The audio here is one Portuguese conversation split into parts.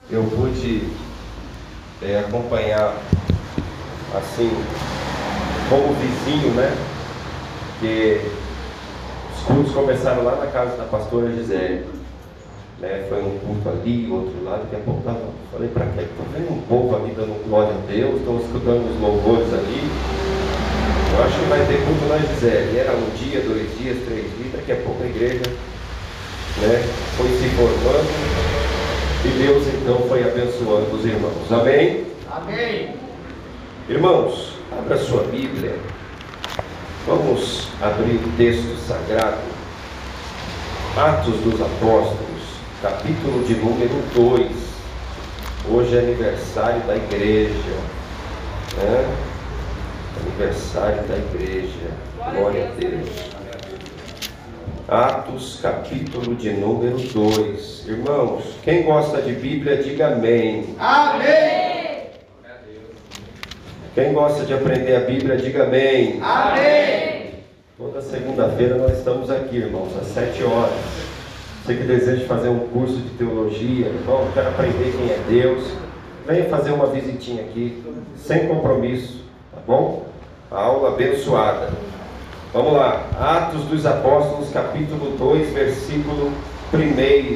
eu pude acompanhar, assim, como vizinho, né? Que os cultos começaram lá na casa da pastora Gisele, né? Foi um culto ali, outro lá, daqui a pouco falei para quê? Estou vendo um povo ali dando glória a Deus, estão escutando os louvores ali. Eu acho que vai ter culto na Gisele. Era um dia, 2 dias, 3 dias, daqui a pouco a igreja, né, foi se formando e Deus então foi abençoando os irmãos. Amém? Amém. Irmãos, abra sua Bíblia. Vamos abrir o texto sagrado. Atos dos Apóstolos, capítulo de número 2. Hoje é aniversário da igreja, né? Aniversário da igreja. Glória a Deus. Atos, capítulo de número 2. Irmãos, quem gosta de Bíblia, diga amém. Amém. Quem gosta de aprender a Bíblia, diga amém. Amém. Toda segunda-feira nós estamos aqui, irmãos, às 7 horas. Você que deseja fazer um curso de teologia, irmão, quero aprender quem é Deus, venha fazer uma visitinha aqui, sem compromisso, tá bom? A aula abençoada. Vamos lá, Atos dos Apóstolos, capítulo 2, versículo 1.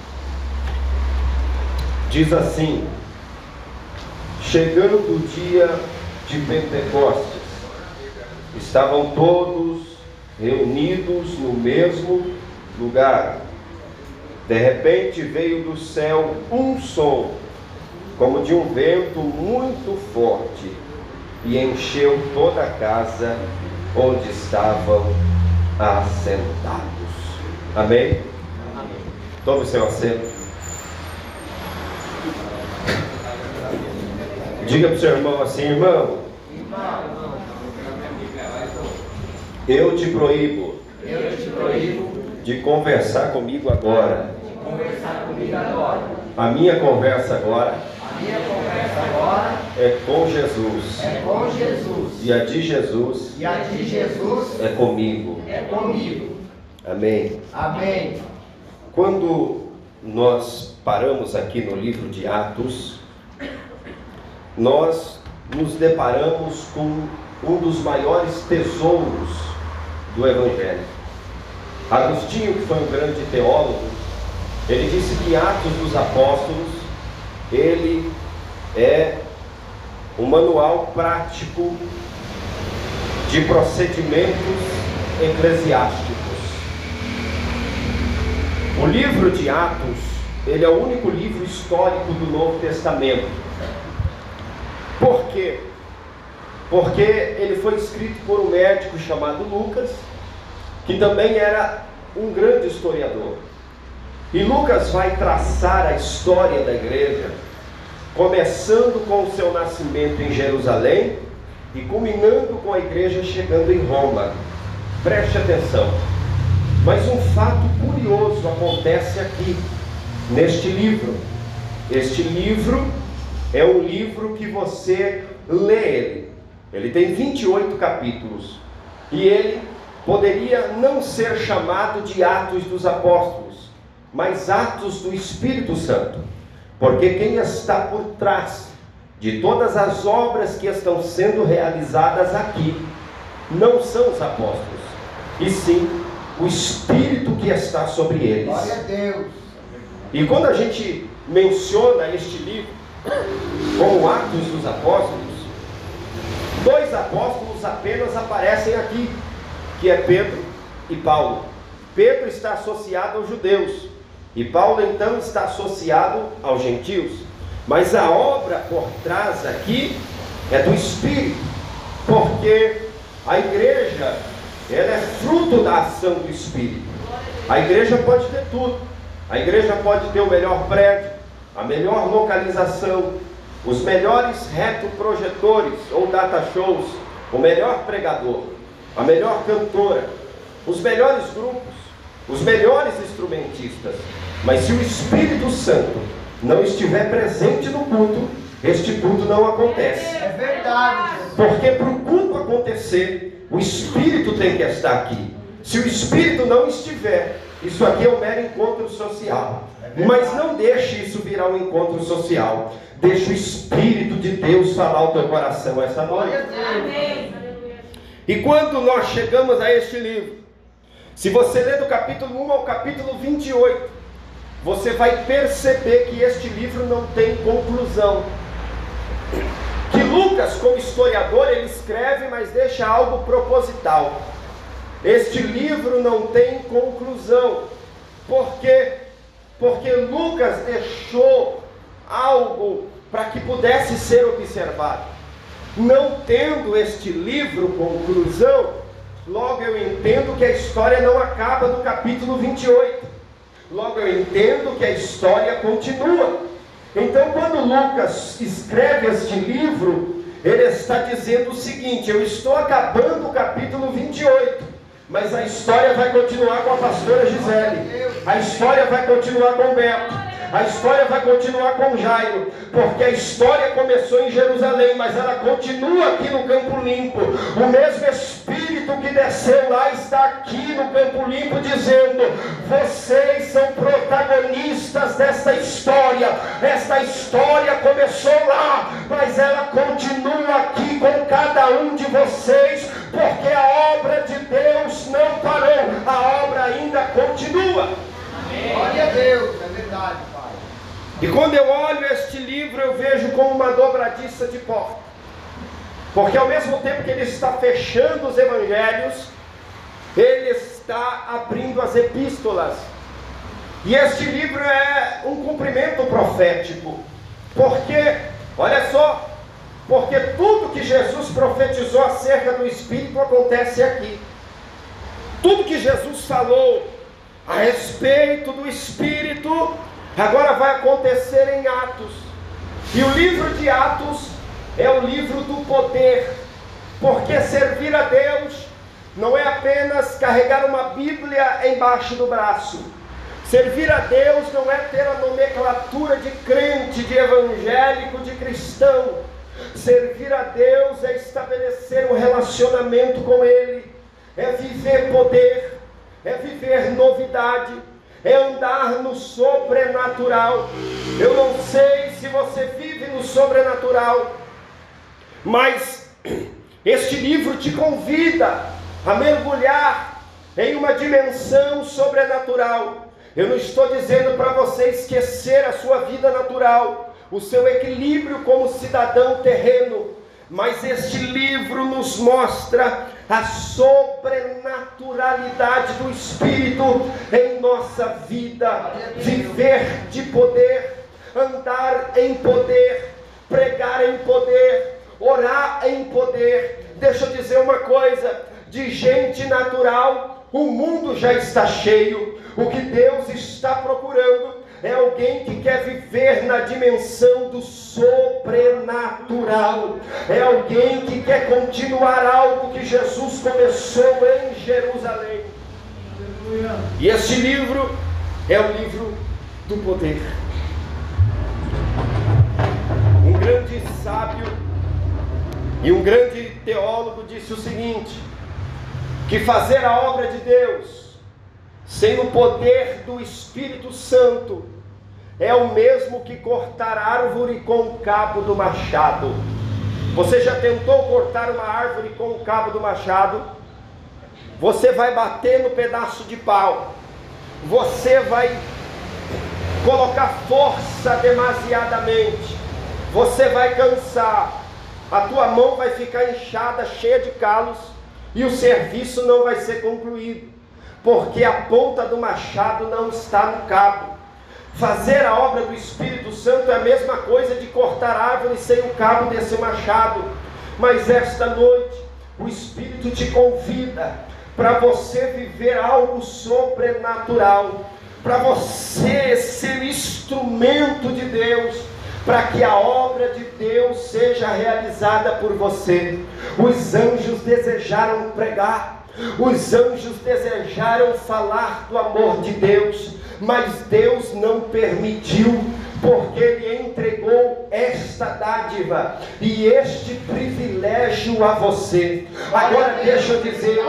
Diz assim: chegando o dia de Pentecostes, estavam todos reunidos no mesmo lugar. De repente veio do céu um som, como de um vento muito forte, e encheu toda a casa onde estavam assentados. Amém? Amém. Tome o seu assento. Diga para o seu irmão assim: irmão, eu te proíbo de conversar comigo agora. A minha conversa agora é com Jesus. E a de Jesus é comigo. Amém. Amém. Quando nós paramos aqui no livro de Atos, nós nos deparamos com um dos maiores tesouros do Evangelho. Agostinho, que foi um grande teólogo, ele disse que Atos dos Apóstolos, ele é um manual prático de procedimentos eclesiásticos. O livro de Atos, ele é o único livro histórico do Novo Testamento. Por quê? Porque ele foi escrito por um médico chamado Lucas, que também era um grande historiador. E Lucas vai traçar a história da igreja, começando com o seu nascimento em Jerusalém e culminando com a igreja chegando em Roma. Preste atenção. Mas um fato curioso acontece aqui, neste livro. Este livro é um livro que você lê ele. Ele tem 28 capítulos. E ele poderia não ser chamado de Atos dos Apóstolos, mas Atos do Espírito Santo. Porque quem está por trás de todas as obras que estão sendo realizadas aqui não são os apóstolos, e sim o Espírito que está sobre eles. Glória a Deus. E quando a gente menciona este livro como Atos dos Apóstolos, 2 apóstolos apenas aparecem aqui, que é Pedro e Paulo. Pedro está associado aos judeus e Paulo então está associado aos gentios. Mas a obra por trás aqui é do Espírito, porque a igreja, ela é fruto da ação do Espírito. A igreja pode ter tudo. A igreja pode ter o melhor prédio, a melhor localização, os melhores retroprojetores ou data shows, o melhor pregador, a melhor cantora, os melhores grupos, os melhores instrumentistas. Mas se o Espírito Santo não estiver presente no culto, este culto não acontece. É verdade. Porque para o culto acontecer, o Espírito tem que estar aqui. Se o Espírito não estiver, Isso aqui é um mero encontro social. Mas não deixe isso virar um encontro social. Deixe o Espírito de Deus falar ao teu coração essa noite. E quando nós chegamos a este livro, se você ler do capítulo 1 ao capítulo 28, você vai perceber que este livro não tem conclusão. Que Lucas, como historiador, ele escreve, mas deixa algo proposital. Este livro não tem conclusão. Por quê? Porque Lucas deixou algo para que pudesse ser observado. Não tendo este livro conclusão, logo eu entendo que a história não acaba no capítulo 28. Logo eu entendo que a história continua. Então, quando Lucas escreve este livro, ele está dizendo o seguinte: eu estou acabando o capítulo 28, mas a história vai continuar com a pastora Gisele, a história vai continuar com o Beto, a história vai continuar com Jairo, porque a história começou em Jerusalém, mas ela continua aqui no Campo Limpo. O mesmo Espírito que desceu lá está aqui no Campo Limpo, dizendo: vocês são protagonistas desta história. Esta história começou lá, mas ela continua aqui com cada um de vocês, porque a obra de Deus não parou, a obra ainda continua. Glória a Deus, é verdade, Pai. E quando eu olho este livro, eu vejo como uma dobradiça de porta. Porque ao mesmo tempo que ele está fechando os evangelhos, ele está abrindo as epístolas. E este livro é um cumprimento profético. Porque, olha só, porque tudo que Jesus profetizou acerca do Espírito acontece aqui. Tudo que Jesus falou a respeito do Espírito agora vai acontecer em Atos. E o livro de Atos é o livro do poder, porque servir a Deus não é apenas carregar uma Bíblia embaixo do braço. Servir a Deus não é ter a nomenclatura de crente, de evangélico, de cristão. Servir a Deus é estabelecer um relacionamento com Ele, é viver poder, é viver novidade, é andar no sobrenatural. Eu não sei se você vive no sobrenatural, mas este livro te convida a mergulhar em uma dimensão sobrenatural. Eu não estou dizendo para você esquecer a sua vida natural, o seu equilíbrio como cidadão terreno, mas este livro nos mostra a sobrenaturalidade do Espírito em nossa vida. Viver de poder, andar em poder, pregar em poder, orar em poder. Deixa eu dizer uma coisa: de gente natural o mundo já está cheio. O que Deus está procurando é alguém que quer viver na dimensão do sobrenatural. É alguém que quer continuar algo que Jesus começou em Jerusalém. E este livro é o livro do poder. Um grande sábio e um grande teólogo disse o seguinte: que fazer a obra de Deus sem o poder do Espírito Santo é o mesmo que cortar árvore com o cabo do machado. Você já tentou cortar uma árvore com o cabo do machado? Você vai bater no pedaço de pau, você vai colocar força demasiadamente, você vai cansar, a tua mão vai ficar inchada, cheia de calos, e o serviço não vai ser concluído, porque a ponta do machado não está no cabo. Fazer a obra do Espírito Santo é a mesma coisa de cortar árvore sem o cabo desse machado. Mas esta noite o Espírito te convida para você viver algo sobrenatural, para você ser instrumento de Deus, para que a obra de Deus seja realizada por você. Os anjos desejaram pregar, os anjos desejaram falar do amor de Deus, mas Deus não permitiu, porque Ele entregou esta dádiva e este privilégio a você. Agora deixa eu dizer, um dos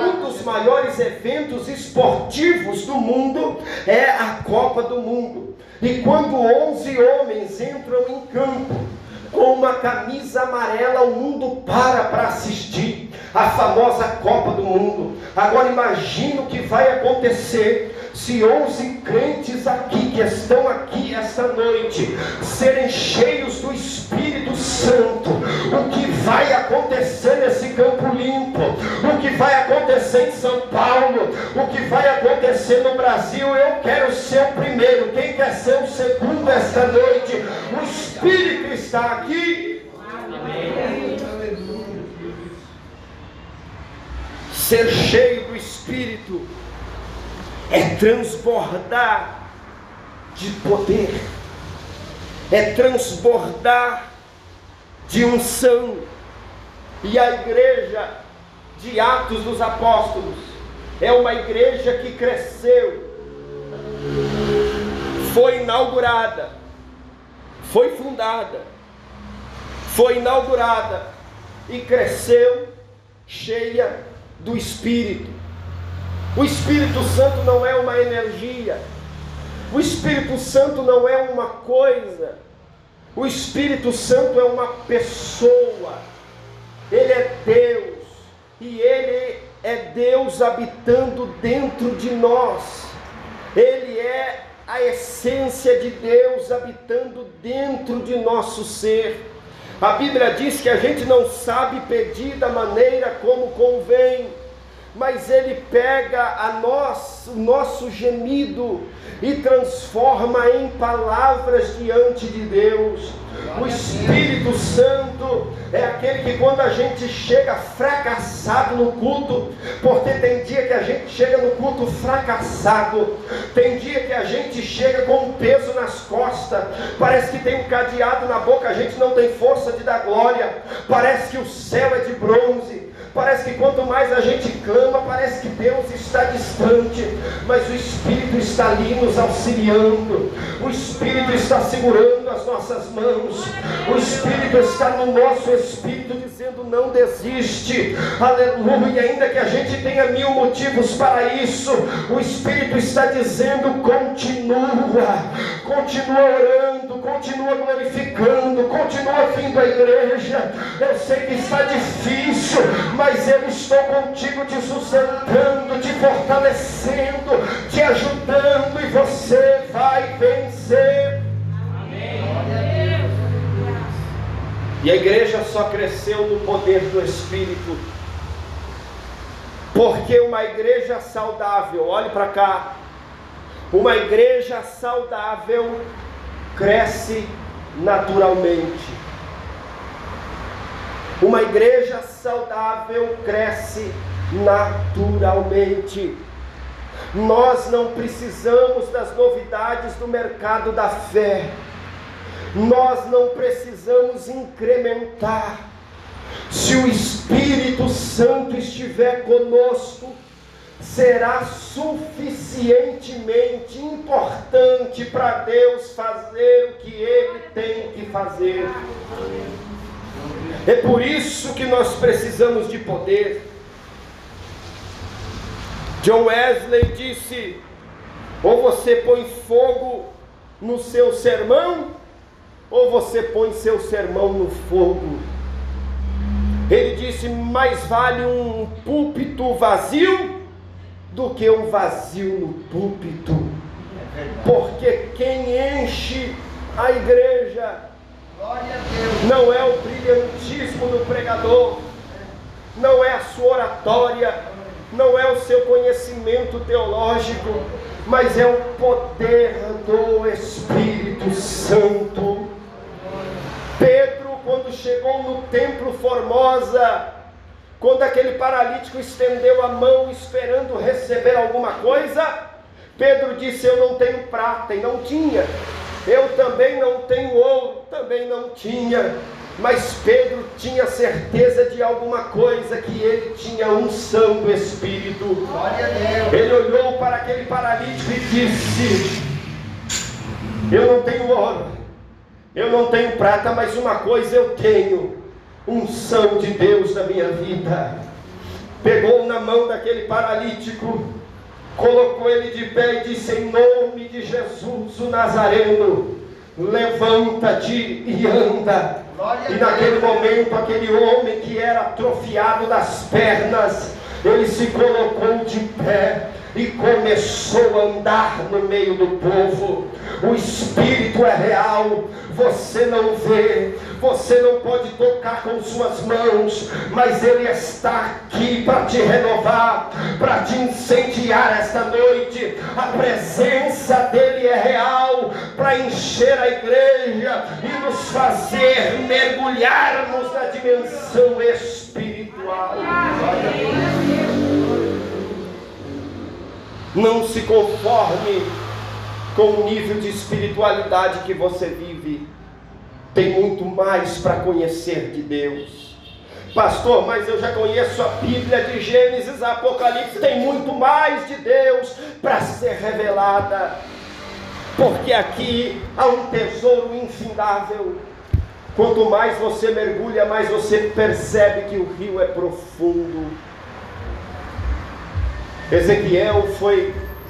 maiores eventos esportivos do mundo é a Copa do Mundo. E quando 11 homens entram em campo com uma camisa amarela, o mundo para assistir a famosa Copa do Mundo. Agora imagina o que vai acontecer se 11 crentes aqui, que estão aqui esta noite, serem cheios do Espírito Santo. O que vai acontecer nesse Campo Limpo? O que vai acontecer em São Paulo? O que vai acontecer no Brasil? Eu quero ser o primeiro. Quem quer ser o segundo esta noite? O Espírito está aqui. Amém. Ser cheio do Espírito é transbordar de poder, é transbordar de unção. E a igreja de Atos dos Apóstolos é uma igreja que cresceu, foi inaugurada, foi fundada, foi inaugurada e cresceu cheia do Espírito. O Espírito Santo não é uma energia, o Espírito Santo não é uma coisa, o Espírito Santo é uma pessoa. Ele é Deus, e Ele é Deus habitando dentro de nós. Ele é a essência de Deus habitando dentro de nosso ser. A Bíblia diz que a gente não sabe pedir da maneira como convém, mas Ele pega o nosso gemido e transforma em palavras diante de Deus. O Espírito Santo é aquele que, quando a gente chega fracassado no culto, porque tem dia que a gente chega no culto fracassado, tem dia que a gente chega com um peso nas costas, parece que tem um cadeado na boca, a gente não tem força de dar glória, parece que o céu é de bronze, parece que quanto mais a gente clama, parece que Deus está distante, mas o Espírito está ali nos auxiliando, o Espírito está segurando as nossas mãos, o Espírito está no nosso espírito dizendo: não desiste, aleluia. E ainda que a gente tenha 1000 motivos para isso, o Espírito está dizendo: continua orando, continua glorificando, continua vindo à igreja. Eu sei que está difícil, mas eu estou contigo, te sustentando, te fortalecendo, te ajudando, e você vai vencer. Amém. E a igreja só cresceu no poder do Espírito, porque uma igreja saudável, olhe para cá, uma igreja saudável cresce naturalmente. Uma igreja saudável cresce naturalmente. Nós não precisamos das novidades do mercado da fé. Nós não precisamos incrementar. Se o Espírito Santo estiver conosco, será suficientemente importante para Deus fazer o que Ele tem que fazer. É por isso que nós precisamos de poder. John Wesley disse: ou você põe fogo no seu sermão, ou você põe seu sermão no fogo. Ele disse: mais vale um púlpito vazio do que um vazio no púlpito, porque quem enche a igreja não é o brilhantismo do pregador, não é a sua oratória, não é o seu conhecimento teológico, mas é o poder do Espírito Santo. Pedro, quando chegou no templo Formosa, quando aquele paralítico estendeu a mão esperando receber alguma coisa, Pedro disse: eu não tenho prata, e não tinha. Eu também não tenho ouro, também não tinha. Mas Pedro tinha certeza de alguma coisa, que ele tinha unção do Espírito. Ele olhou para aquele paralítico e disse: eu não tenho ouro, eu não tenho prata, mas uma coisa eu tenho: unção de Deus na minha vida. pegou na mão daquele paralítico, colocou ele de pé e disse: em nome de Jesus o Nazareno, levanta-te e anda. E naquele momento, aquele homem que era atrofiado das pernas, ele se colocou de pé e começou a andar no meio do povo. O Espírito é real, você não vê, você não pode tocar com suas mãos, mas Ele está aqui para te renovar, para te incendiar esta noite. A presença dEle é real, para encher a igreja e nos fazer mergulharmos na dimensão espiritual. Não se conforme com o nível de espiritualidade que você vive. Tem muito mais para conhecer de Deus. Pastor, mas eu já conheço a Bíblia de Gênesis a Apocalipse. Tem muito mais de Deus para ser revelada, porque aqui há um tesouro infindável. Quanto mais você mergulha, mais você percebe que o rio é profundo. Ezequiel foi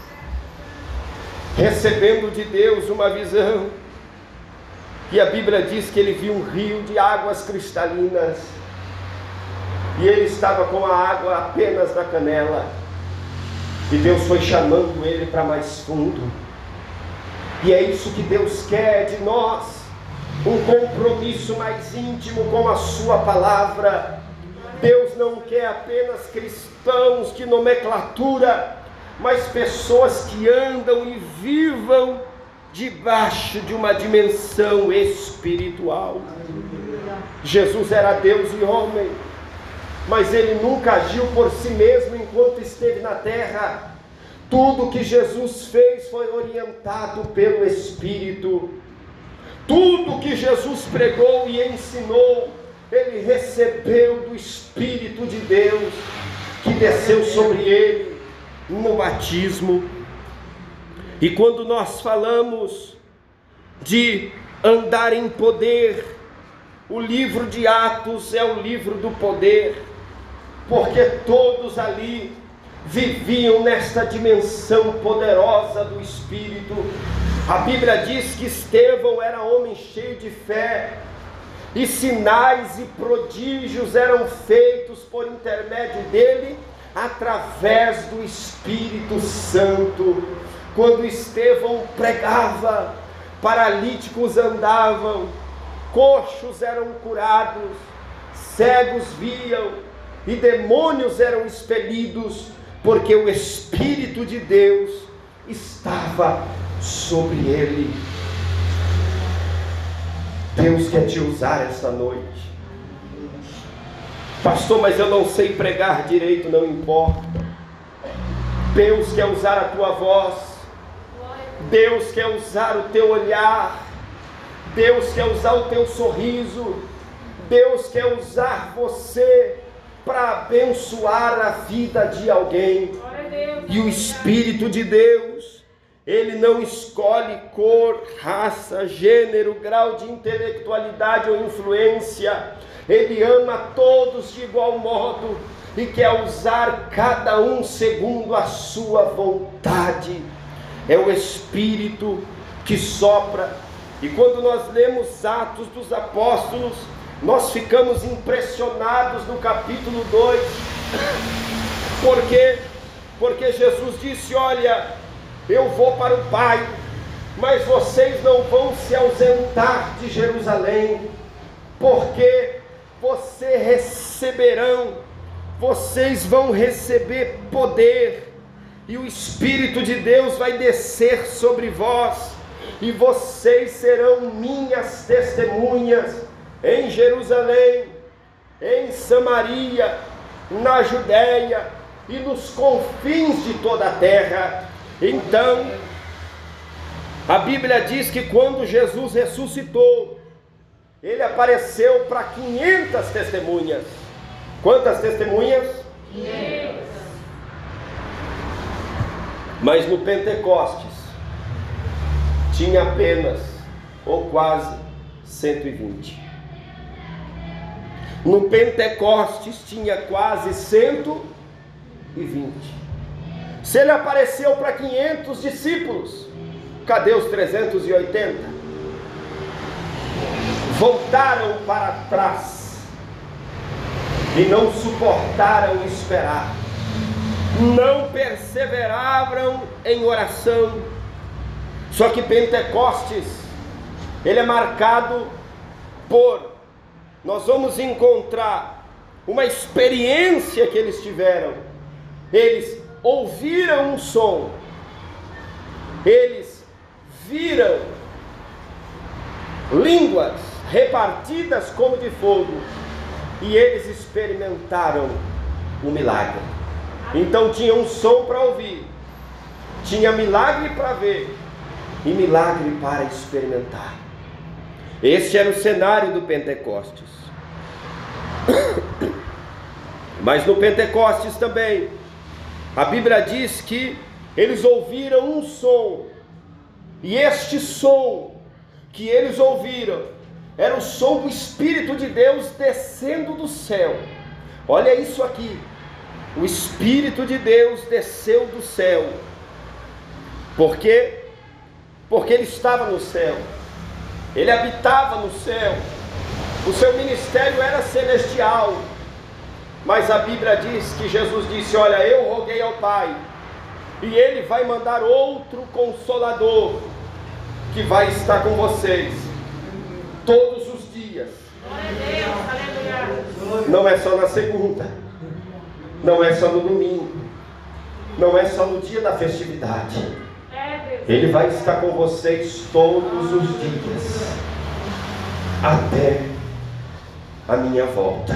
recebendo de Deus uma visão, e a Bíblia diz que ele viu um rio de águas cristalinas, e ele estava com a água apenas na canela, e Deus foi chamando ele para mais fundo. E é isso que Deus quer de nós, um compromisso mais íntimo com a sua palavra. Deus não quer apenas cristãos de nomenclatura, mas pessoas que andam e vivam debaixo de uma dimensão espiritual. Jesus era Deus e homem, mas Ele nunca agiu por si mesmo enquanto esteve na terra. Tudo que Jesus fez foi orientado pelo Espírito. Tudo que Jesus pregou e ensinou, Ele recebeu do Espírito de Deus, que desceu sobre Ele no batismo. E quando nós falamos de andar em poder, o livro de Atos é o livro do poder, porque todos ali viviam nesta dimensão poderosa do Espírito. A Bíblia diz que Estevão era homem cheio de fé, e sinais e prodígios eram feitos por intermédio dele, através do Espírito Santo. Quando Estevão pregava, paralíticos andavam, coxos eram curados, cegos viam e demônios eram expelidos, porque o Espírito de Deus estava sobre ele. Deus quer te usar esta noite. Pastor, mas eu não sei pregar direito. Não importa. Deus quer usar a tua voz, Deus quer usar o teu olhar, Deus quer usar o teu sorriso, Deus quer usar você para abençoar a vida de alguém. E o Espírito de Deus, Ele não escolhe cor, raça, gênero, grau de intelectualidade ou influência. Ele ama todos de igual modo e quer usar cada um segundo a sua vontade. É o Espírito que sopra. E quando nós lemos Atos dos Apóstolos, nós ficamos impressionados no capítulo 2. Por quê? Porque Jesus disse: olha, eu vou para o Pai, mas vocês não vão se ausentar de Jerusalém, porque vocês vão receber poder, e o Espírito de Deus vai descer sobre vós, e vocês serão minhas testemunhas em Jerusalém, em Samaria, na Judéia e nos confins de toda a terra. Então, a Bíblia diz que quando Jesus ressuscitou, Ele apareceu para 500 testemunhas. Quantas testemunhas? 500. Mas no Pentecostes tinha apenas, ou quase, 120. No Pentecostes tinha quase 120. Se ele apareceu para 500 discípulos, cadê os 380? Voltaram para trás e não suportaram esperar, não perseveraram em oração. Só que Pentecostes, ele é marcado por, nós vamos encontrar uma experiência que eles tiveram. Eles ouviram um som, eles viram línguas repartidas como de fogo, e eles experimentaram o milagre. Então tinha um som para ouvir, tinha milagre para ver e milagre para experimentar. Este era o cenário do Pentecostes. Mas no Pentecostes também, a Bíblia diz que eles ouviram um som, e este som que eles ouviram era o som do Espírito de Deus descendo do céu. Olha isso aqui, o Espírito de Deus desceu do céu. Por quê? Porque ele estava no céu, ele habitava no céu, o seu ministério era celestial. Mas a Bíblia diz que Jesus disse: olha, eu roguei ao Pai, e Ele vai mandar outro Consolador, que vai estar com vocês todos os dias. Não é só na segunda, não é só no domingo, não é só no dia da festividade. Ele vai estar com vocês todos os dias, até a minha volta.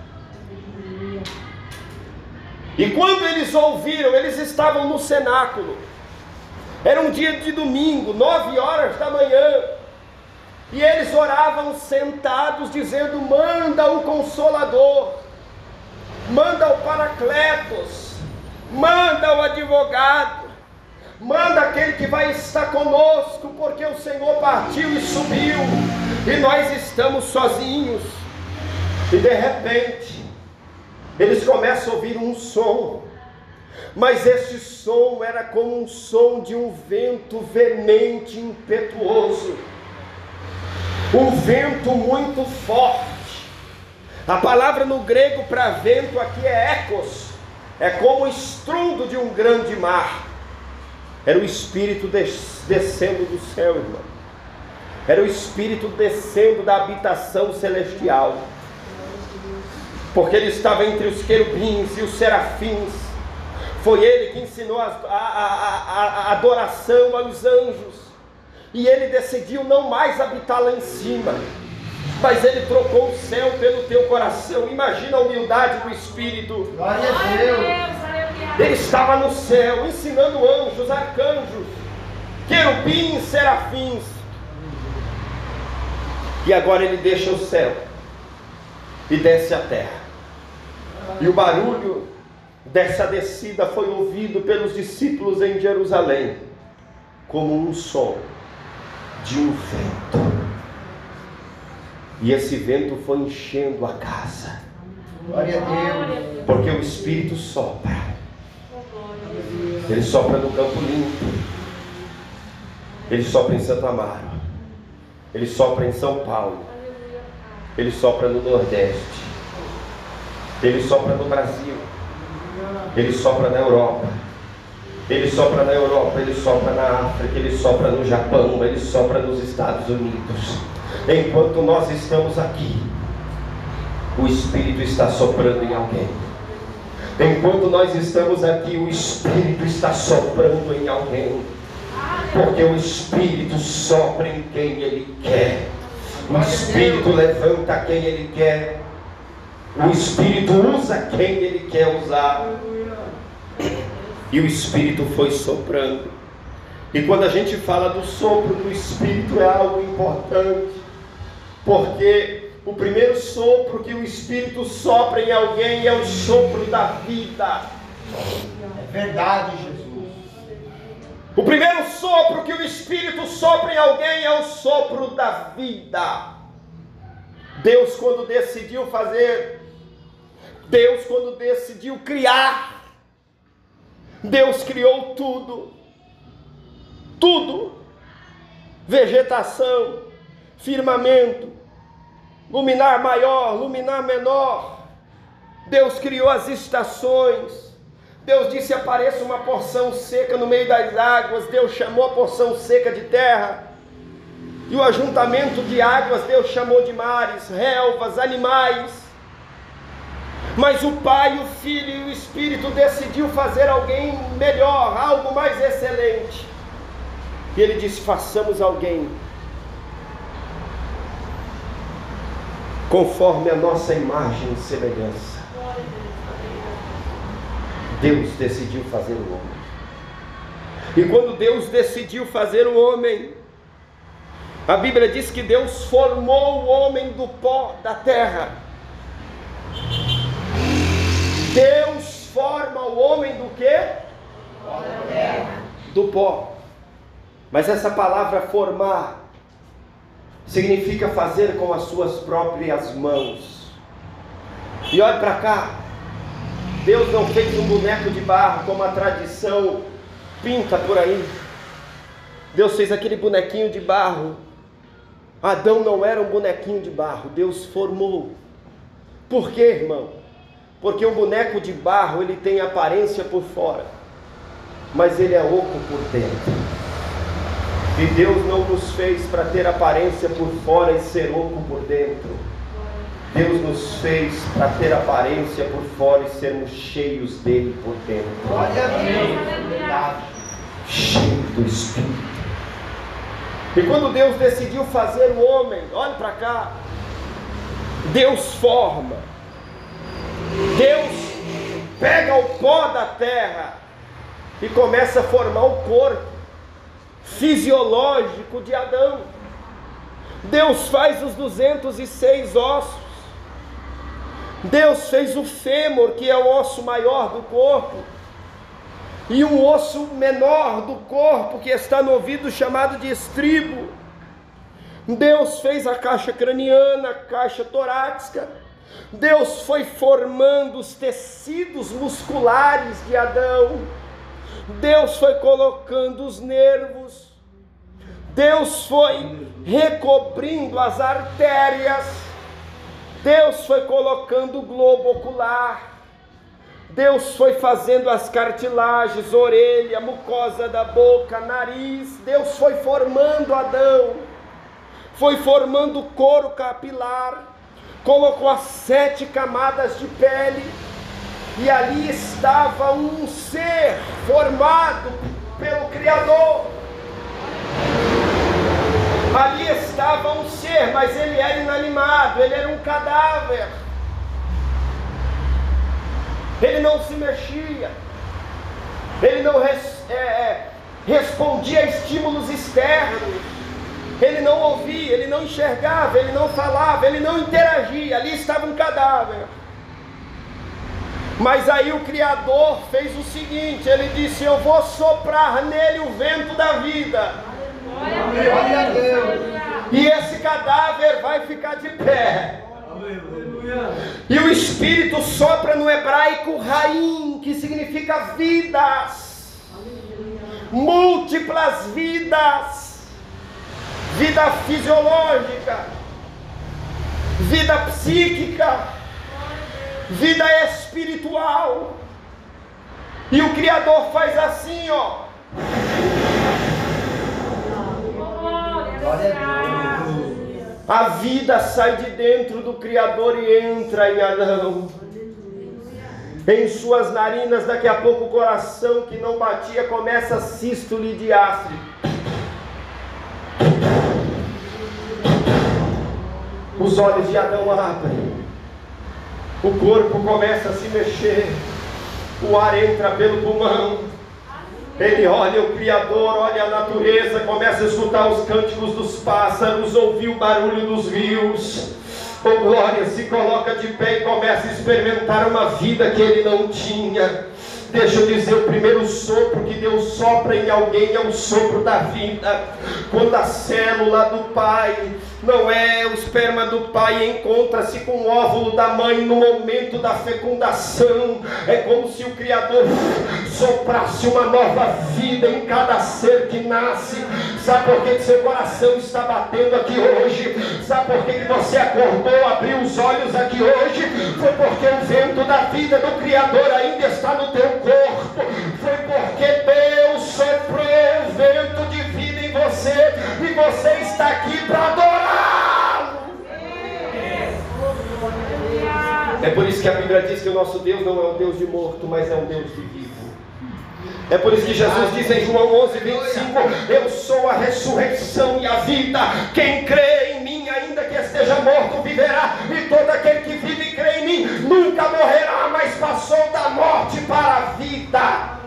E quando eles ouviram, eles estavam no cenáculo. Era um dia de domingo, 9 horas da manhã. E eles oravam sentados, dizendo: manda o Consolador, manda o Paracletos, manda o advogado, manda aquele que vai estar conosco, porque o Senhor partiu e subiu, e nós estamos sozinhos. E de repente, eles começam a ouvir um som, mas esse som era como um som de um vento veemente, impetuoso, um vento muito forte. A palavra no grego para vento aqui é ecos, é como o estrondo de um grande mar. Era o Espírito descendo do céu, irmão. Era o Espírito descendo da habitação celestial, porque ele estava entre os querubins e os serafins. Foi ele que ensinou a adoração aos anjos, e ele decidiu não mais habitar lá em cima, mas ele trocou o céu pelo teu coração. Imagina a humildade do Espírito. Glória a Deus. Ele estava no céu ensinando anjos, arcanjos, querubins, serafins, e agora ele deixa o céu e desce à terra. E o barulho dessa descida foi ouvido pelos discípulos em Jerusalém como um som de um vento. E esse vento foi enchendo a casa. Glória a Deus. Porque o Espírito sopra. Ele sopra no Campo Limpo, ele sopra em Santo Amaro, ele sopra em São Paulo, ele sopra no Nordeste, ele sopra no Brasil, ele sopra na Europa, ele sopra na Europa, ele sopra na África, ele sopra no Japão, ele sopra nos Estados Unidos. Enquanto nós estamos aqui, o Espírito está soprando em alguém. Enquanto nós estamos aqui, o Espírito está soprando em alguém, porque o Espírito sopra em quem Ele quer, o Espírito levanta quem Ele quer, o Espírito usa quem Ele quer usar. E o Espírito foi soprando. E quando a gente fala do sopro do Espírito, é algo importante, porque o primeiro sopro que o Espírito sopra em alguém é o sopro da vida. É verdade, Jesus. O primeiro sopro que o Espírito sopra em alguém é o sopro da vida. Deus, quando decidiu fazer, Deus, quando decidiu criar, Deus criou tudo, tudo, vegetação, firmamento, luminar maior, luminar menor. Deus criou as estações. Deus disse: apareça uma porção seca no meio das águas. Deus chamou a porção seca de terra. E o ajuntamento de águas Deus chamou de mares, relvas, animais. Mas o Pai, o Filho e o Espírito decidiu fazer alguém melhor, algo mais excelente. E Ele disse: façamos alguém conforme a nossa imagem e semelhança. Deus decidiu fazer o homem. E quando Deus decidiu fazer o homem, a Bíblia diz que Deus formou o homem do pó da terra. Deus forma o homem do quê? Do pó. Mas essa palavra formar significa fazer com as suas próprias mãos. E olha para cá, Deus não fez um boneco de barro como a tradição pinta por aí. Deus fez aquele bonequinho de barro. Adão não era um bonequinho de barro, Deus formou. Por quê, irmão? Porque um boneco de barro, ele tem aparência por fora, mas ele é oco por dentro. E Deus não nos fez para ter aparência por fora e ser oco por dentro. Deus nos fez para ter aparência por fora e sermos cheios dele por dentro. Glória a Deus. Cheio do Espírito. E quando Deus decidiu fazer o homem, olha para cá, Deus forma. Deus pega o pó da terra e começa a formar o corpo fisiológico de Adão. Deus faz os 206 ossos. Deus fez o fêmur, que é o osso maior do corpo, e um osso menor do corpo, que está no ouvido, chamado de estribo. Deus fez a caixa craniana, a caixa torácica. Deus foi formando os tecidos musculares de Adão. Deus foi colocando os nervos. Deus foi recobrindo as artérias. Deus foi colocando o globo ocular. Deus foi fazendo as cartilagens, orelha, mucosa da boca, nariz. Deus foi formando Adão. Foi formando o couro capilar. Colocou as 7 camadas de pele. E ali estava um ser formado pelo Criador. Ali estava um ser, mas ele era inanimado, ele era um cadáver. Ele não se mexia, ele não respondia a estímulos externos, ele não ouvia, ele não enxergava, ele não falava, ele não interagia. Ali estava um cadáver. Mas aí o Criador fez o seguinte, ele disse: eu vou soprar nele o vento da vida. Glória a Deus. E esse cadáver vai ficar de pé. E o Espírito sopra no hebraico Raim, que significa vidas, múltiplas vidas, vida fisiológica, vida psíquica, vida espiritual. E o Criador faz assim, ó. Glória a Deus. A vida sai de dentro do Criador e entra em Adão. Em suas narinas, daqui a pouco o coração que não batia começa a sístole e diástole. Os olhos de Adão abrem. O corpo começa a se mexer. O ar entra pelo pulmão. Ele olha o Criador, olha a natureza, começa a escutar os cânticos dos pássaros, ouvir o barulho dos rios. Oh glória, se coloca de pé e começa a experimentar uma vida que ele não tinha. Deixa eu dizer, o primeiro sopro que Deus sopra em alguém é o sopro da vida. Quando a célula do Pai Não é o esperma do pai encontra-se com o óvulo da mãe no momento da fecundação. É como se o Criador soprasse uma nova vida em cada ser que nasce. Sabe por que seu coração está batendo aqui hoje? Sabe por que você acordou, abriu os olhos aqui hoje? Foi porque o vento da vida do Criador ainda está no teu corpo. Foi porque Deus soprou o vento de vida em você e você está aqui para adorá-lo. É por isso que a Bíblia diz que o nosso Deus não é um Deus de morto, mas é um Deus de vivo. É por isso que Jesus diz em João 11:25: eu sou a ressurreição e a vida. Quem crê em mim, ainda que esteja morto, viverá. E todo aquele que vive e crê em mim nunca morrerá, mas passou da morte para a vida.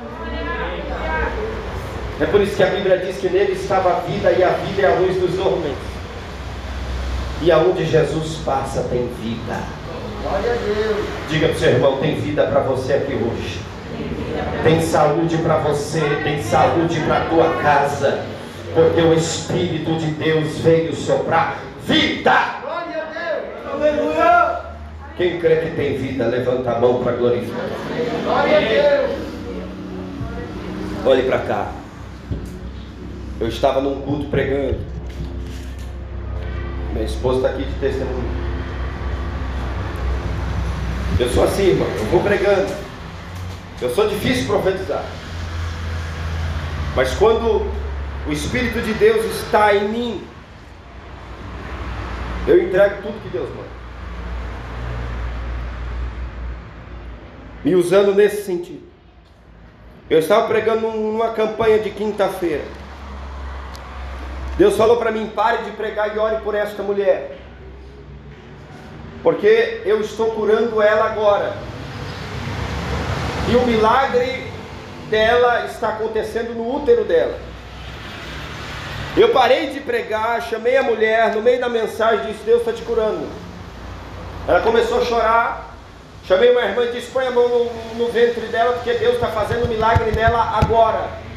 É por isso que a Bíblia diz que nele estava a vida, e a vida é a luz dos homens. E aonde Jesus passa tem vida. Glória a Deus. Diga para o seu irmão: tem vida para você aqui hoje. Tem saúde para você, tem saúde para a tua casa, porque o Espírito de Deus veio soprar vida. Glória a Deus. Aleluia. Quem crê que tem vida, levanta a mão para glorificar. Glória a Deus. Olhe para cá. Eu estava num culto pregando. Minha esposa está aqui de testemunho. Eu sou assim, irmão, eu vou pregando. Eu sou difícil profetizar. Mas quando o Espírito de Deus está em mim, eu entrego tudo que Deus manda. Me usando nesse sentido. Eu estava pregando numa campanha de quinta-feira. Deus falou para mim: pare de pregar e ore por esta mulher, porque eu estou curando ela agora. E o milagre dela está acontecendo no útero dela. Eu parei de pregar, chamei a mulher, no meio da mensagem disse: Deus está te curando. Ela começou a chorar. Chamei uma irmã e disse: põe a mão no ventre dela, porque Deus está fazendo um milagre nela agora.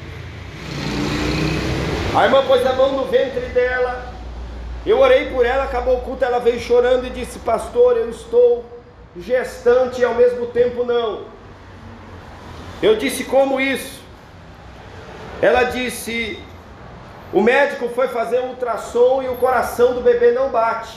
A irmã pôs a mão no ventre dela. Eu orei por ela, acabou o culto, ela veio chorando e disse: pastor, eu estou gestante e ao mesmo tempo não. Eu disse: como isso? Ela disse: o médico foi fazer um ultrassom e o coração do bebê não bate.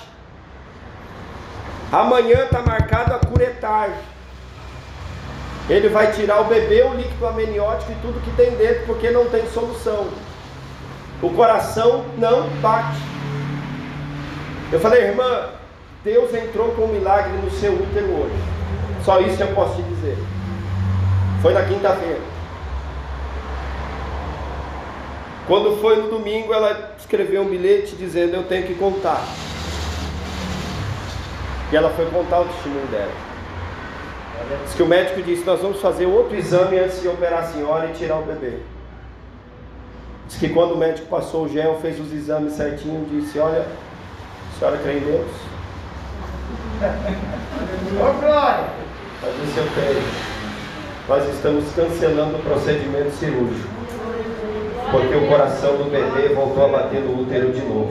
Amanhã está marcado a curetagem. Ele vai tirar o bebê, o líquido amniótico e tudo que tem dentro, porque não tem solução. O coração não bate. Eu falei: irmã, Deus entrou com um milagre no seu útero hoje. Só isso que eu posso te dizer. Foi na quinta-feira. Quando foi no domingo, ela escreveu um bilhete dizendo: eu tenho que contar. E ela foi contar o testemunho dela. Diz que o médico disse: nós vamos fazer outro exame antes de operar a senhora e tirar o bebê. Diz que quando o médico passou o gel, fez os exames certinho, disse: olha, a senhora crê em Deus? Ô glória. Mas disse: eu creio. Nós estamos cancelando o procedimento cirúrgico, porque o coração do bebê voltou a bater no útero de novo.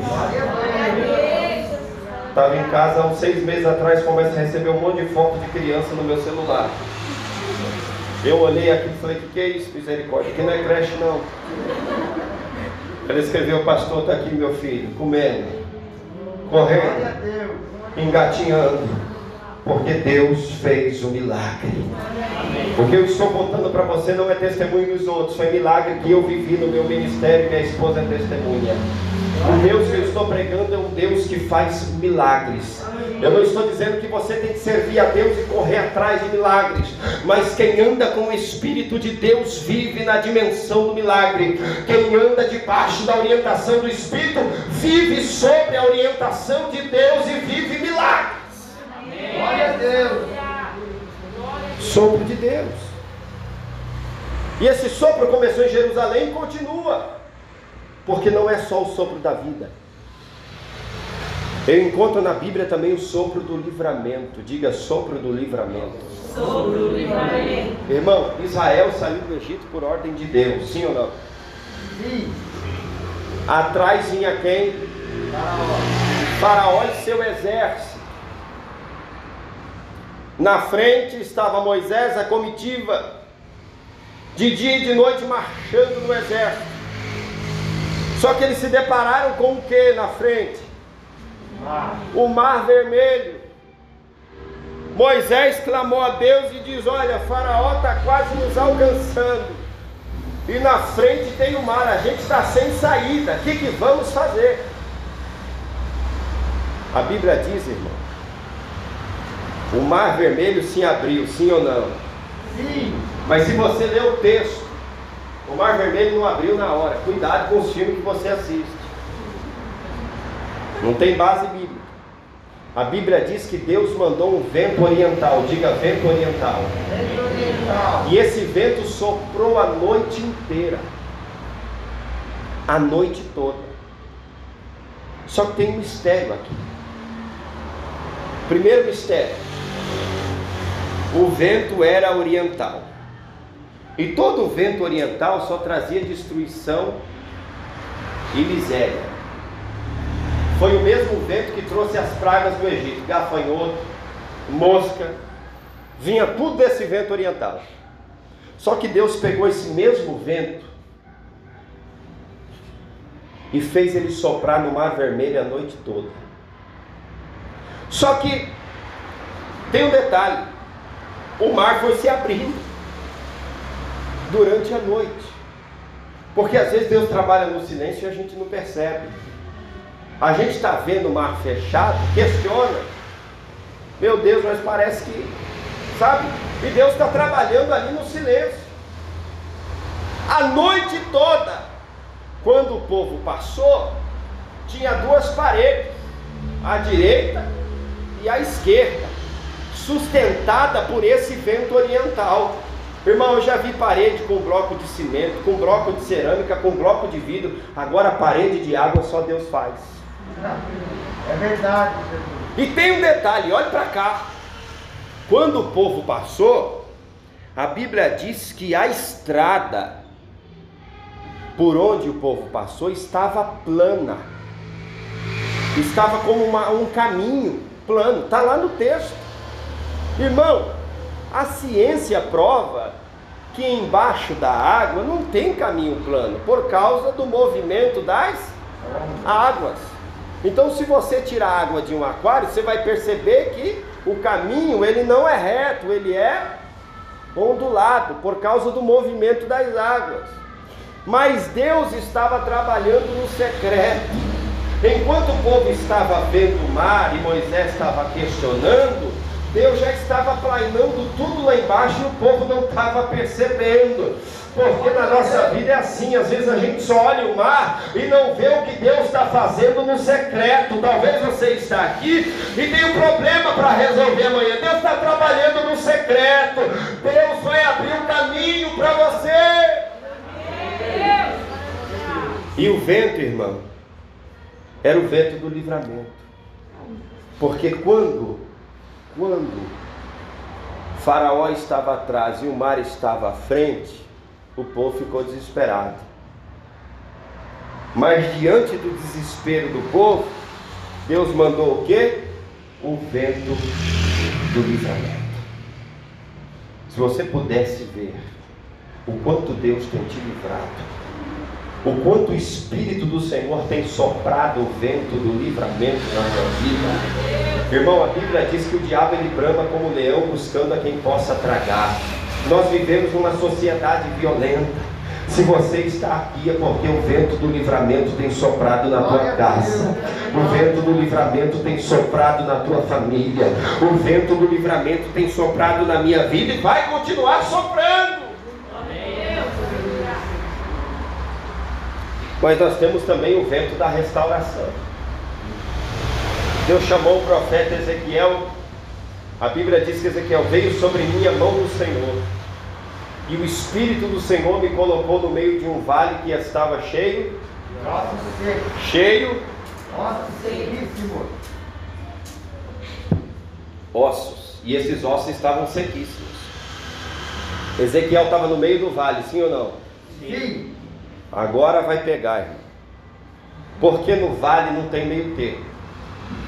Estava em casa há uns 6 meses atrás, começo a receber um monte de foto de criança no meu celular. Eu olhei aqui e falei: que é isso, misericórdia? Aqui não é creche não. Ela escreveu: o pastor está aqui, meu filho, comendo, correndo, engatinhando, porque Deus fez o milagre. O que eu estou contando para você não é testemunho dos outros, foi milagre que eu vivi no meu ministério e minha esposa é testemunha. O Deus que eu estou pregando é um Deus que faz milagres. Eu não estou dizendo que você tem que servir a Deus e correr atrás de milagres, mas quem anda com o Espírito de Deus vive na dimensão do milagre. Quem anda debaixo da orientação do Espírito vive sobre a orientação de Deus e vive milagres. Glória a Deus. Sopro de Deus. E esse sopro começou em Jerusalém e continua, porque não é só o sopro da vida. Eu encontro na Bíblia também o sopro do livramento. Diga: sopro do livramento. Sopro do livramento. Irmão, Israel saiu do Egito por ordem de Deus, sim ou não? Sim. Atrás vinha quem? Faraó e seu exército. Na frente estava Moisés, a comitiva, de dia e de noite marchando no exército. Só que eles se depararam com o que na frente? O Mar Vermelho. Moisés clamou a Deus e diz: olha, Faraó está quase nos alcançando, e na frente tem o mar, a gente está sem saída, o que vamos fazer? A Bíblia diz, irmão, o Mar Vermelho se abriu, sim ou não? Sim. Mas se você ler o texto, o Mar Vermelho não abriu na hora. Cuidado com os filmes que você assiste. Não tem base bíblica. A Bíblia diz que Deus mandou um vento oriental. Diga, vento oriental. Vento oriental. E esse vento soprou a noite inteira. A noite toda. Só que tem um mistério aqui. Primeiro mistério: o vento era oriental. E todo vento oriental só trazia destruição e miséria. Foi o mesmo vento que trouxe as pragas do Egito: gafanhoto, mosca. Vinha tudo desse vento oriental. Só que Deus pegou esse mesmo vento e fez ele soprar no Mar Vermelho a noite toda. Só que tem um detalhe: o mar foi se abrindo durante a noite. Porque às vezes Deus trabalha no silêncio e a gente não percebe. A gente está vendo o mar fechado, questiona: meu Deus, mas parece que, sabe? E Deus está trabalhando ali no silêncio. A noite toda, quando o povo passou, tinha duas paredes, a direita e a esquerda, sustentada por esse vento oriental. Irmão, eu já vi parede com bloco de cimento, com bloco de cerâmica, com bloco de vidro. Agora a parede de água só Deus faz. É verdade, Jesus. E tem um detalhe, olhe para cá. Quando o povo passou, a Bíblia diz que a estrada por onde o povo passou estava plana. Estava como um caminho plano. Está lá no texto. Irmão, a ciência prova que embaixo da água não tem caminho plano, por causa do movimento das águas. Então, se você tirar a água de um aquário, você vai perceber que o caminho ele não é reto, ele é ondulado, por causa do movimento das águas. Mas Deus estava trabalhando no secreto. Enquanto o povo estava vendo o mar e Moisés estava questionando, Deus já estava planeando tudo lá embaixo e o povo não estava percebendo. Porque na nossa vida é assim: às vezes a gente só olha o mar e não vê o que Deus está fazendo no secreto. Talvez você está aqui e tenha um problema para resolver amanhã. Deus está trabalhando no secreto. Deus vai abrir um caminho para você. E o vento, irmão, era o vento do livramento. Porque quando Faraó estava atrás e o mar estava à frente, o povo ficou desesperado. Mas diante do desespero do povo, Deus mandou o quê? O vento do livramento. Se você pudesse ver o quanto Deus tem te livrado, o quanto o Espírito do Senhor tem soprado o vento do livramento na tua vida. Irmão, a Bíblia diz que o diabo ele brama como leão buscando a quem possa tragar. Nós vivemos numa sociedade violenta. Se você está aqui é porque o vento do livramento tem soprado na tua casa. O vento do livramento tem soprado na tua família. O vento do livramento tem soprado na minha vida e vai continuar soprando. Mas nós temos também o vento da restauração. Deus chamou o profeta Ezequiel. A Bíblia diz que Ezequiel: veio sobre mim a mão do Senhor, e o Espírito do Senhor me colocou no meio de um vale que estava cheio. Ossos. E esses ossos estavam sequíssimos. Ezequiel estava no meio do vale, sim ou não? Sim. Agora vai pegar, irmão. Porque no vale não tem meio termo.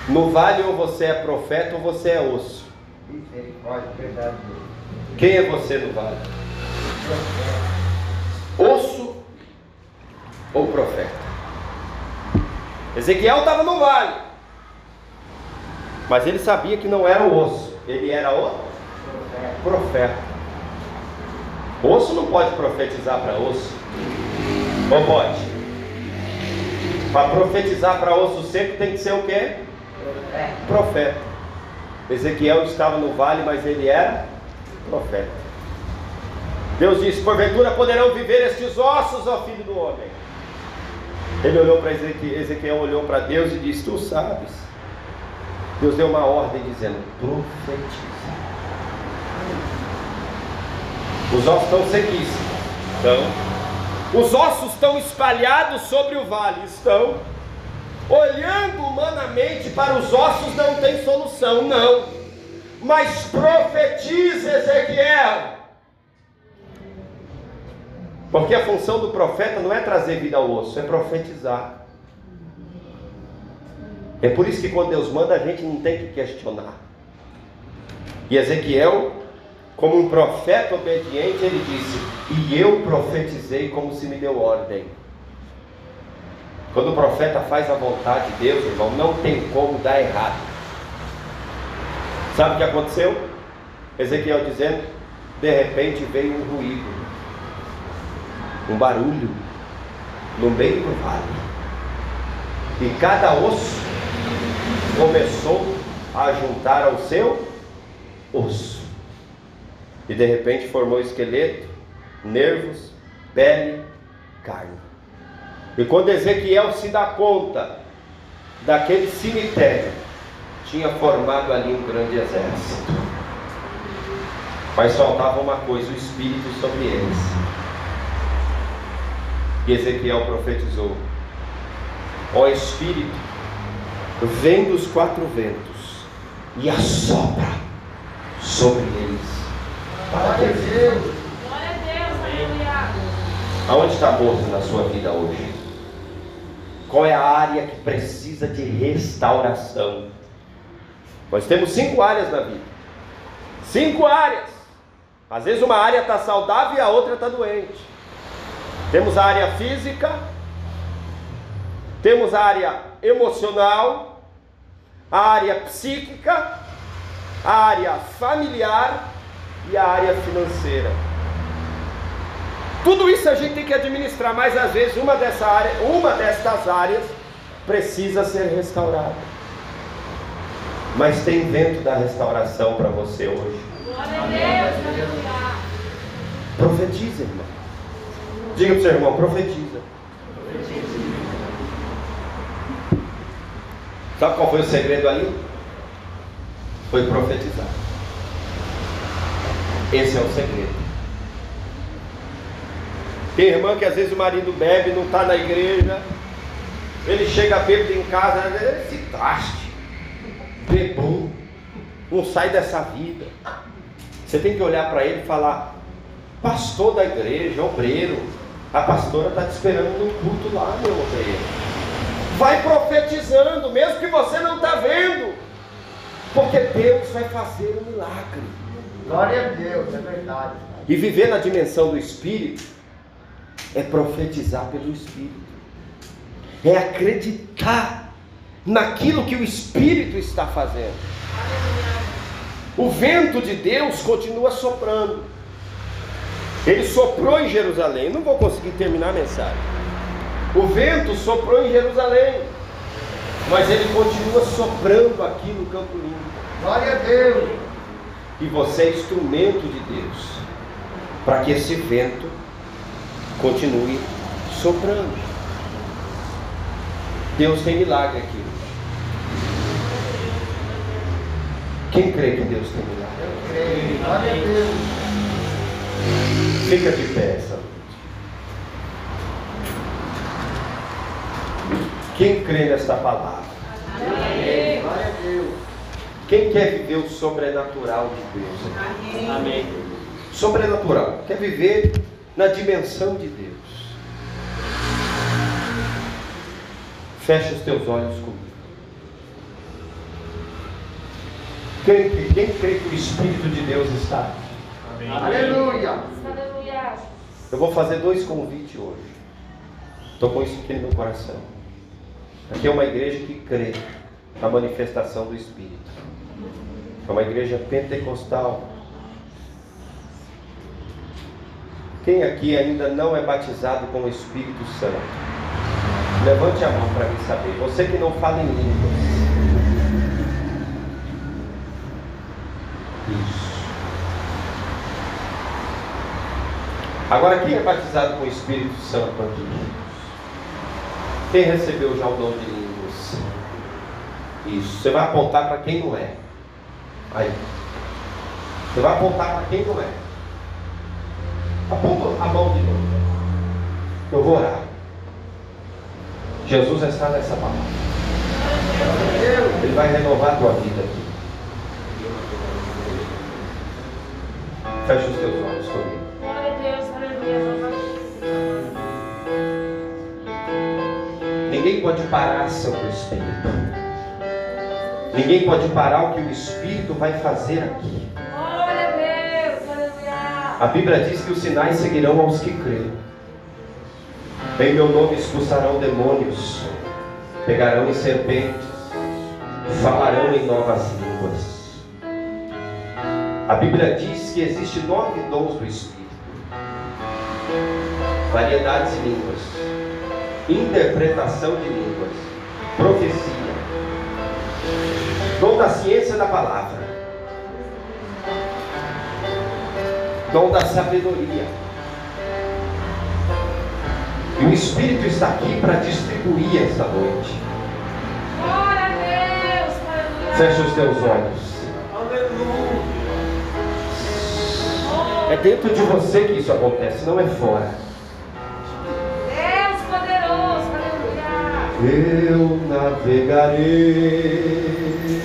No vale ou você é profeta ou você é osso. Misericórdia, verdade. Quem é você no vale? Osso ou profeta? Ezequiel estava no vale, mas ele sabia que não era o osso, ele era o profeta. Osso não pode profetizar para osso, ou pode? Para profetizar para osso seco tem que ser o quê? Profeta. Ezequiel estava no vale, mas ele era profeta. Deus disse: porventura poderão viver estes ossos, ó filho do homem. Ele olhou para Ezequiel, olhou para Deus e disse: tu sabes. Deus deu uma ordem dizendo: profetiza. Os ossos estão sequíssimos. Então, os ossos estão espalhados sobre o vale. Estão. Olhando humanamente para os ossos não tem solução, não. Mas profetiza, Ezequiel. Porque a função do profeta não é trazer vida ao osso, é profetizar. É por isso que quando Deus manda, a gente não tem que questionar. E Ezequiel, como um profeta obediente, ele disse: e eu profetizei como se me deu ordem. Quando o profeta faz a vontade de Deus, irmão, não tem como dar errado. Sabe o que aconteceu? Ezequiel dizendo: de repente veio um ruído, um barulho no meio do vale, e cada osso começou a juntar ao seu osso, e de repente formou esqueleto, nervos, pele, carne. E quando Ezequiel se dá conta daquele cemitério, tinha formado ali um grande exército, mas faltava uma coisa: o Espírito sobre eles. E Ezequiel profetizou: ó Espírito, vem dos quatro ventos e assopra sobre eles. Glória a Deus. Glória a Deus, aleluia. Aonde está morto na sua vida hoje? Qual é a área que precisa de restauração? Nós temos 5 áreas na vida. 5 áreas. Às vezes uma área está saudável e a outra está doente. Temos a área física, temos a área emocional, a área psíquica, a área familiar e a área financeira. Tudo isso a gente tem que administrar, mas às vezes uma destas áreas precisa ser restaurada. Mas tem vento da restauração para você hoje. Glória a Deus, aleluia. Profetiza, irmão. Diga para o seu irmão: profetiza. Sabe qual foi o segredo ali? Foi profetizar. Esse é o segredo. Tem irmã que às vezes o marido bebe, não está na igreja, ele chega bêbado em casa, esse traste, bebum, não sai dessa vida. Você tem que olhar para ele e falar: pastor da igreja, obreiro, a pastora está te esperando no culto lá, meu obreiro. Vai profetizando, mesmo que você não está vendo, porque Deus vai fazer um milagre. Glória a Deus, é verdade. E viver na dimensão do Espírito é profetizar pelo Espírito, é acreditar naquilo que o Espírito está fazendo. O vento de Deus continua soprando. Ele soprou em Jerusalém. Não vou conseguir terminar a mensagem. O vento soprou em Jerusalém, mas ele continua soprando aqui no Campo Limpo. Glória a Deus. E você é instrumento de Deus para que esse vento continue soprando. Deus tem milagre aqui. Quem crê que Deus tem milagre? Eu creio. Glória a Deus. Fica de pé essa noite. Quem crê nesta palavra? Amém. Glória a Deus. Quem quer viver o sobrenatural de Deus? Amém. Sobrenatural. Quer viver na dimensão de Deus? Fecha os teus olhos comigo. Quem crê que o Espírito de Deus está aqui? Aleluia. Aleluia. Eu vou fazer 2 convites hoje. Estou com isso aqui no meu coração. Aqui é uma igreja que crê na manifestação do Espírito. É uma igreja pentecostal. Quem aqui ainda não é batizado com o Espírito Santo? Levante a mão para mim saber. Você que não fala em línguas. Isso. Agora, quem é batizado com o Espírito Santo aqui? Quem recebeu já o dom de línguas? Isso. Você vai apontar para quem não é. Aí. Você vai apontar para quem não é. Aponta a mão de novo. Eu vou orar. Jesus está nessa palavra. Ele vai renovar a tua vida aqui. Fecha os teus olhos comigo. Glória a Deus, aleluia. Ninguém pode parar a ação do Espírito. Ninguém pode parar o que o Espírito vai fazer aqui. Glória a Deus, aleluia. A Bíblia diz que os sinais seguirão aos que creem. Em meu nome expulsarão demônios, pegarão em serpentes, falarão em novas línguas. A Bíblia diz que existem 9 dons do Espírito: variedades de línguas, interpretação de línguas, profecia, dom da ciência da palavra, dom da sabedoria. E o Espírito está aqui para distribuir esta noite. Glória a Deus, aleluia. Fecha os teus olhos. É dentro de você que isso acontece, não é fora. Deus poderoso, aleluia. Eu navegarei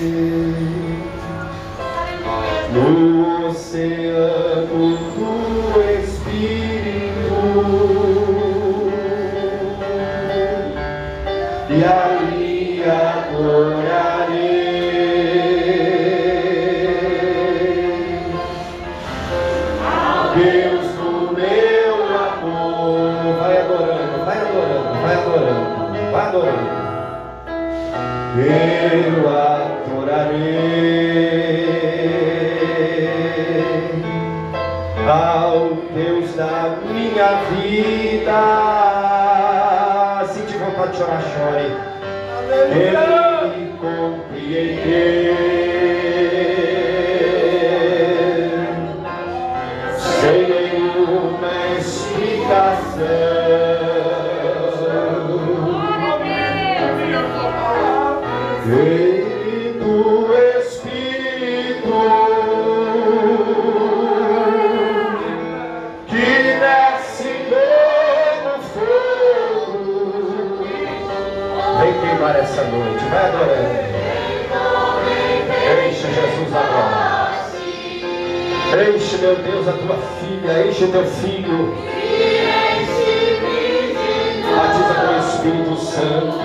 no oceano do Espírito e ali adorarei. Deus do meu amor. Vai adorando, vai adorando, vai adorando, vai adorando. Eu adorarei ao Deus da minha vida. Se tiver vontade de chorar, chore. Eu me compreender. Sem nenhuma explicação. Espírito, Espírito, que desce como fogo, vem queimar essa noite, vai adorando. Enche Jesus agora. Enche, meu Deus, a tua filha, enche o teu filho. Batiza com o Espírito Santo.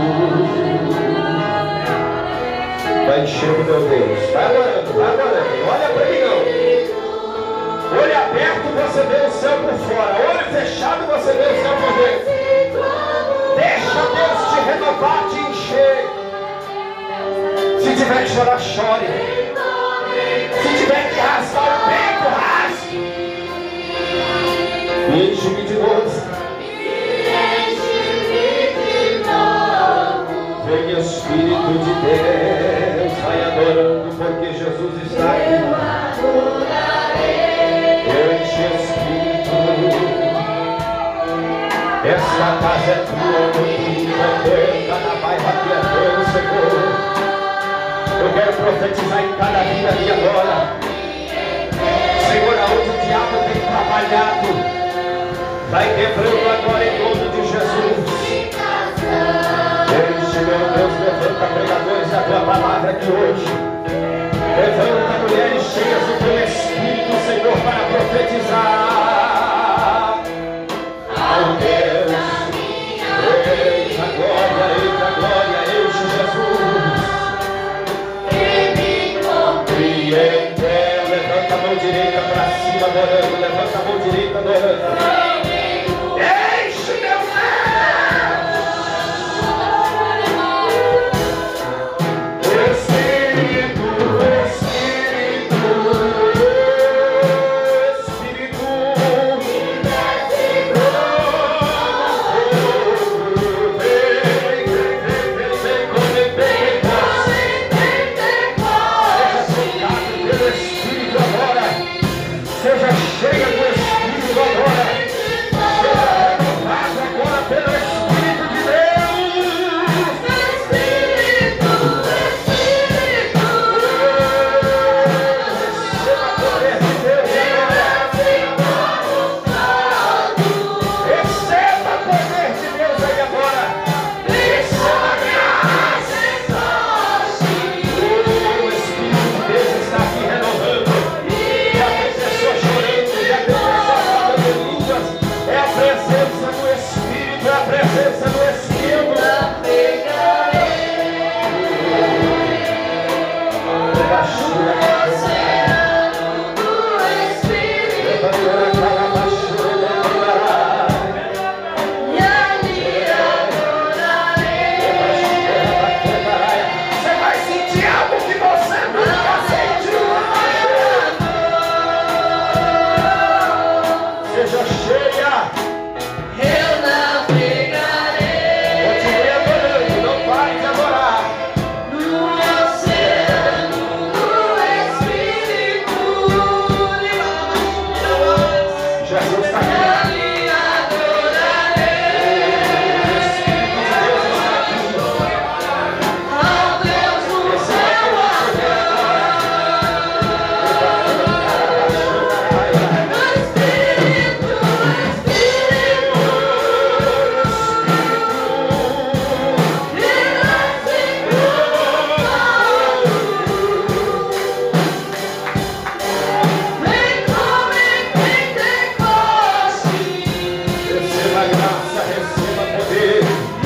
Vai enchendo, meu Deus. Vai adorando, vai adorando. Olha para mim não. Olho aberto, você vê o céu por fora. Olho fechado, você vê o céu por dentro. Deixa Deus te renovar, te encher. Se tiver que chorar, chore. Se tiver que rasgar o peito, rasgue. Enche-me de novo. Vem Espírito de Deus, vai adorando, porque Jesus está aqui. Enche Espírito. Esta casa é tua, cada bairro aqui é teu, Senhor. Eu quero profetizar em cada vida aqui agora. Senhor, aonde o diabo tem trabalhado, vai quebrando agora em nome de Jesus. Enche, meu Deus, levanta pregadores da tua palavra aqui hoje. Levanta mulheres cheias do teu Espírito, Senhor, para profetizar. Ao Deus, eita glória, enche Jesus. Que me compreende. adorando. Levanta a mão direita adorando. Enche meu seja cheia do Espírito agora, seja renovado agora pelo Espírito de Deus. Espírito, Espírito, receba o poder de Deus agora. Receba o poder de Deus aí agora. Receba a graça. O Espírito de Deus está aqui renovando. É a presença do Espírito, é a presença do Espírito. Você vai sentir algo que você nunca sentiu. Seja cheia. Eu navegarei. Continue adorando, não pare de adorar. No oceano do Espírito. Jesus está aqui. Ali adorarei. Ao Deus do céu Receba graça, receba poder.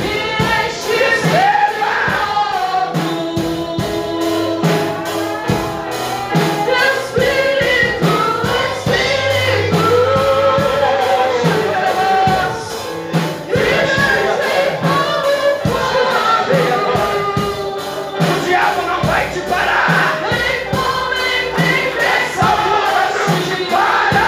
O diabo não vai te parar. Essa luta não te para.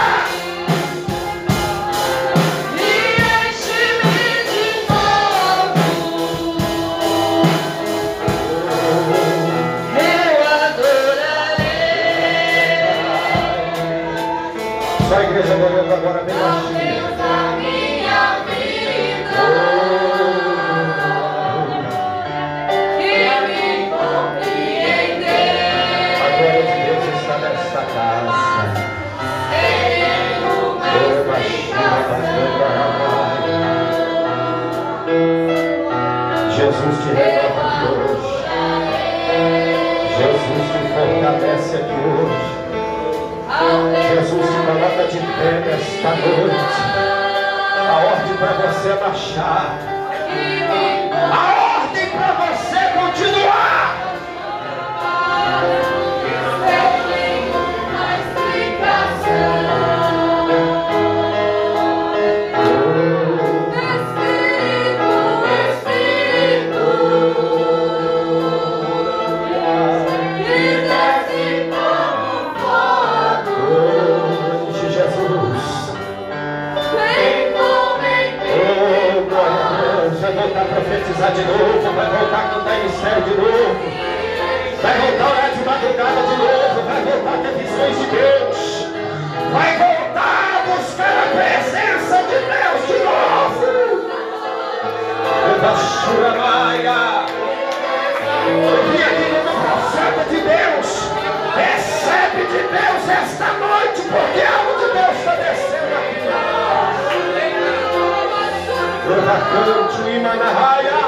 Só a igreja adorando agora bem baixinho. A glória de Deus está nesta casa. Jesus te renova aqui hoje. Jesus te fortalece aqui hoje. Jesus te coloca de pé nesta noite. A ordem para você é baixar. A ordem para você continuar. Vai voltar a profetizar de novo, vai voltar a cantar em sério de novo, vai voltar a orar de madrugada de novo, vai voltar a ter visões de Deus, vai voltar a buscar a presença de Deus de novo. Eu vim aqui como profeta de Deus. Recebe de Deus esta noite, porque algo de Deus está descendo aqui. Canto e manahaya.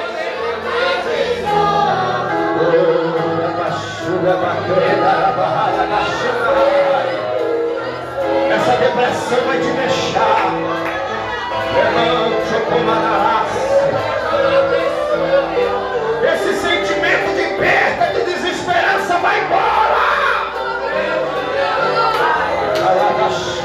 Essa depressão vai te deixar. Levante como esse sentimento de perda, de desesperança vai embora.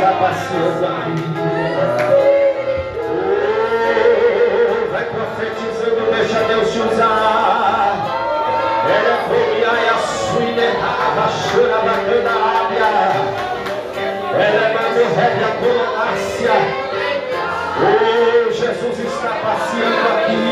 está passeando aqui. Vai profetizando, deixa Deus te usar. Ela é a suína, a chura bacana, ela é mais régia colonácia. Jesus está passeando aqui.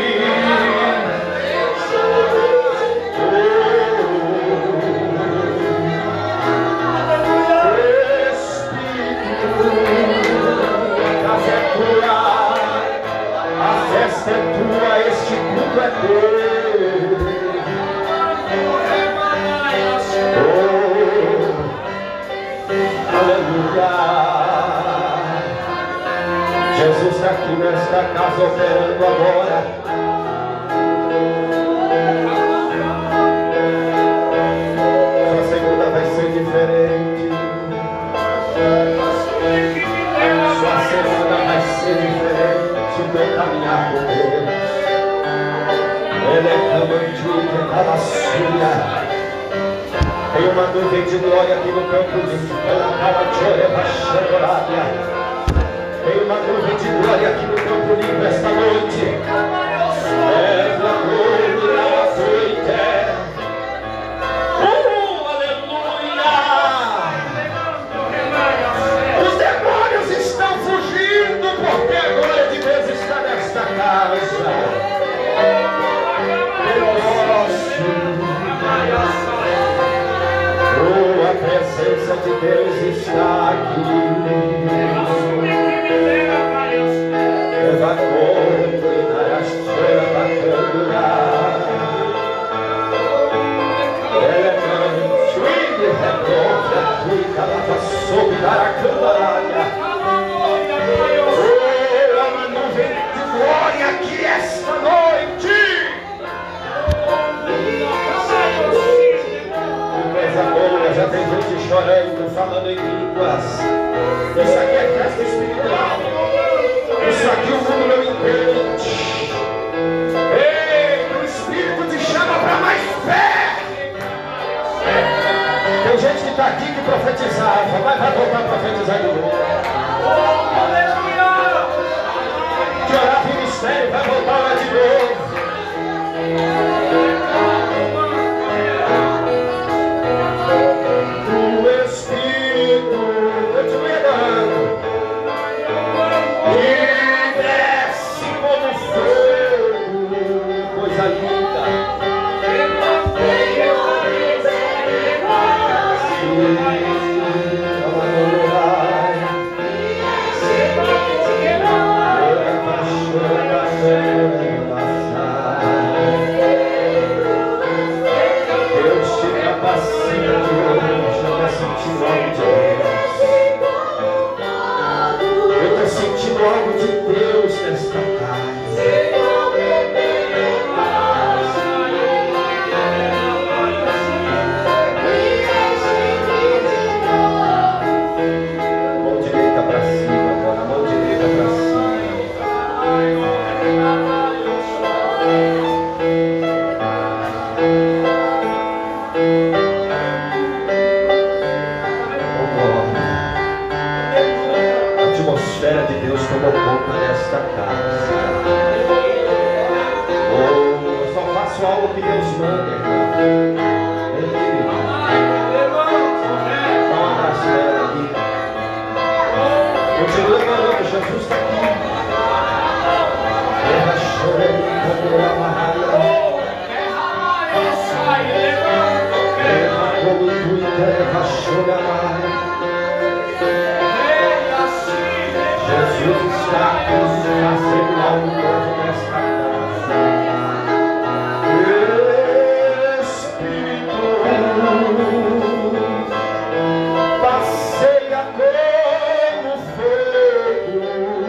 A festa é tua, este culto é teu. Aleluia. Jesus está aqui nesta casa operando agora. Sua segunda vai ser diferente. Sua semana vai ser diferente. O teu caminhar com Deus. Ele é camandique, cada sua. Tem uma nuvem de glória aqui no campo limpo. Ela acaba de olhar para chorar. Tem uma nuvem de glória aqui no campo limpo esta noite. Ela glória a noite. Aleluia! Os demônios estão fugindo porque a glória de Deus está nesta casa. A presença de Deus está aqui. Uma nuvem de glória aqui esta noite. Coisa boa, já tem gente chorando, falando em línguas. Isso aqui é festa espiritual. Isso aqui o mundo não entende. Ei, o Espírito te chama para mais fé. Tem gente que está aqui que profetizava, mas vai voltar a profetizar de novo. Que orar ministério, vai voltar a orar de novo. Algo de Deus nesta casa. Mão direita para cima agora, mão direita para cima. A atmosfera de Deus tomou conta desta casa. Oh, eu só faço algo que Deus manda, irmão. Dá um abraço nela aqui. Continua falando, Jesus está aqui. Ela chorando como uma barraia. Ela como tu ela chora mais. Jesus está fazendo algo novo nesta casa. Espírito, passeia como fogo.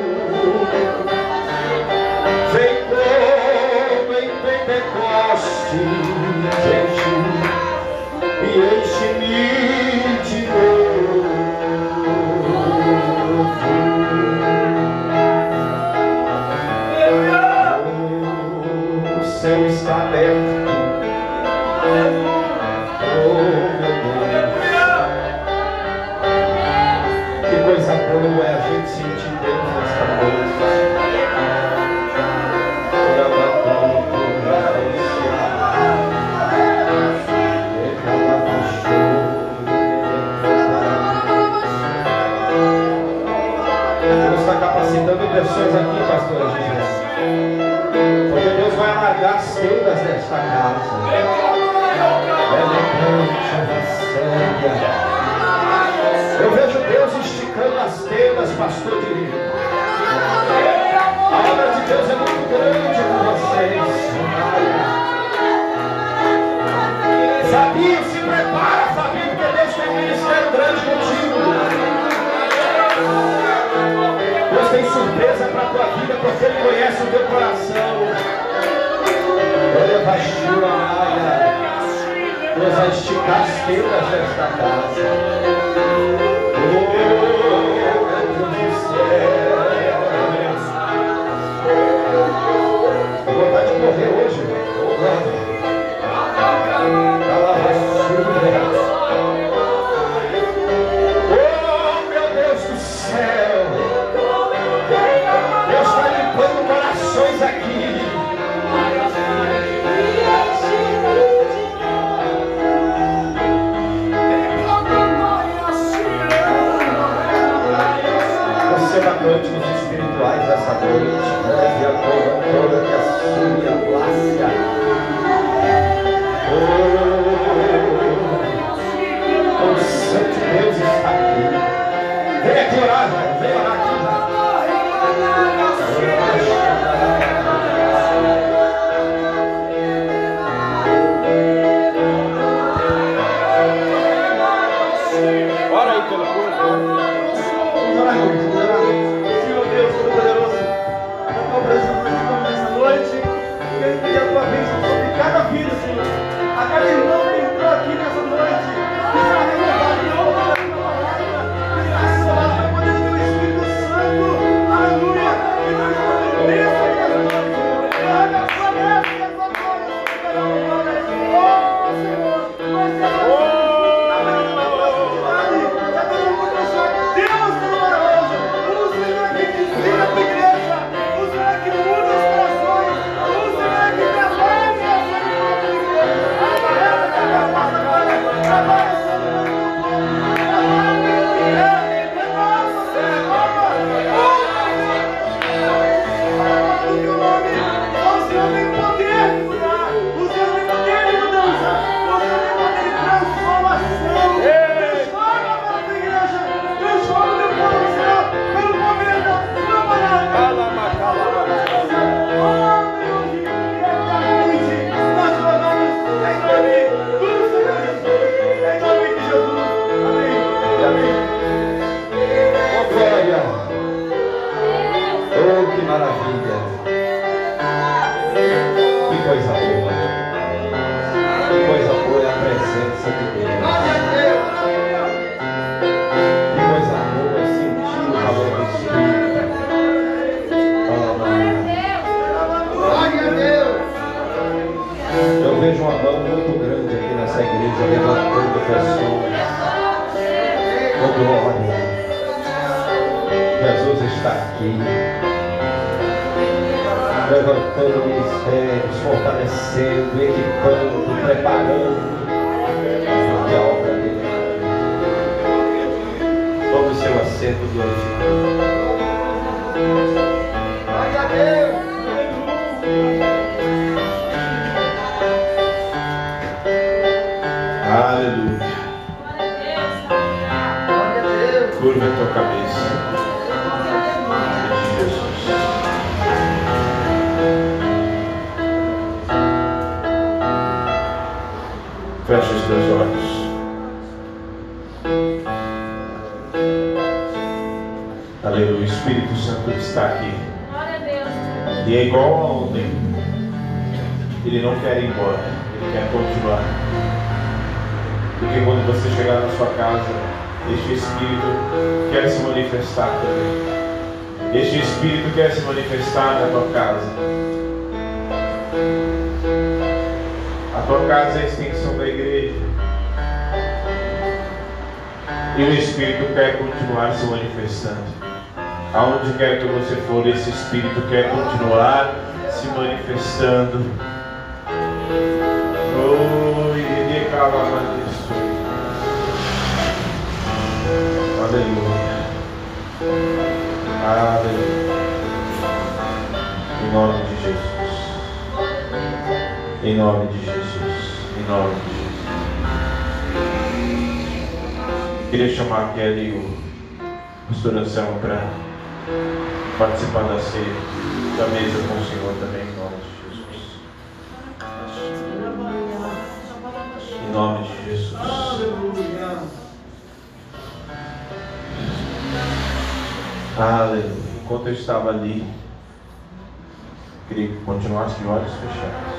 Vem como em Pentecoste, e enche-me de novo. O céu está aberto. Oh, meu Deus. Que coisa Como é a gente sentir Deus nesta noite. Deus está capacitando pessoas aqui, pastor Jesus. Porque Deus vai alargar as tendas desta casa. Eu vejo Deus esticando as tendas, pastor Diego. A obra de Deus é muito grande com vocês. Fabinho, se prepara, Fabinho, porque Deus tem um ministério grande contigo. Deus tem surpresa para a tua vida, porque Ele conhece o teu coração. Ele vai chorar. Deus vai esticar as tendas desta casa. Oh, meu Deus do céu. Tenho vontade de correr hoje. Oh, meu Deus do céu. Deus está limpando corações aqui. Receba cânticos espirituais essa noite. Leve a toda que a sua plácia. O Santo Deus está aqui. Vem aqui orar, velho. Vem orar aqui. Ora aí pela coisa. Vamos orar, vamos orar. Senhor Deus, Todo-Poderoso, a tua presença nessa noite. E a tua bênção sobre cada vida, Senhor. A cada irmão que entrou aqui nessa noite, que está renovado em outra da tua palavra, que está renovado pelo poder do teu Espírito Santo. Aleluia. Que nós não desça nessa noite, Senhor. Traga a sua graça e a tua glória sobre cada um de nós. Oh, Senhor, nós temos a prosperidade. Já temos muito abençoado. Deus Todo-Poderoso, o Senhor que ensina a tua igreja, o Senhor que muda os corações, o Senhor que trabalha e maravilha. Que coisa boa. Que coisa boa é a presença de Deus. Que coisa boa é sentir o calor do Espírito. Glória a Deus. Eu vejo uma mão muito grande aqui nessa igreja levantando pessoas. Oh, glória. Jesus está aqui. Levantando ministérios, fortalecendo, equipando, preparando, porque a obra dele. Tome o seu assento glorificado. Glória a Deus! Aleluia! Glória a Deus! Curva a tua cabeça. Feche os teus olhos. Aleluia. O Espírito Santo está aqui. E é igual a ontem. Ele não quer ir embora. Ele quer continuar. Porque quando você chegar na sua casa, este Espírito quer se manifestar também. Este Espírito quer se manifestar na tua casa. A tua casa é a extensão da igreja. E o Espírito quer continuar se manifestando. Aonde quer que você for, esse Espírito quer continuar se manifestando. Oh, e calma isso. Aleluia. Aleluia. Em nome de Jesus. Em nome de Jesus. Em nome de Jesus. Queria chamar a Kelly e o pastor Anselmo para participar da ceia, da mesa com o Senhor também, em nome de Jesus. Em nome de Jesus. Aleluia. Enquanto eu estava ali, queria que continuasse de olhos fechados.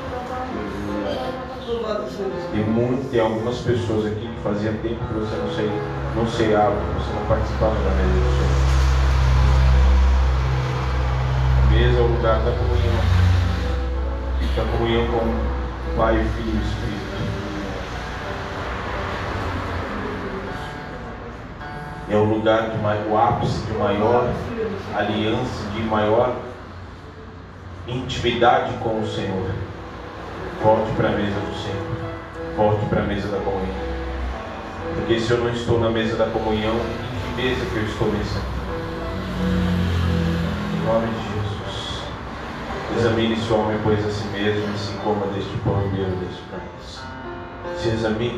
Tem algumas pessoas aqui que fazia tempo que você não ceava, você não participava da mesa do Senhor. A mesa é o lugar da comunhão com o Pai, o Filho e o Espírito. É o lugar o ápice de maior aliança, de maior intimidade com o Senhor. Volte para a mesa do Senhor. Volte para a mesa da comunhão. Porque se eu não estou na mesa da comunhão, em que mesa que eu estou nessa? Em nome de Jesus. Examine se o homem pois a si mesmo e se coma deste pão e beba deste cálice. Se examine.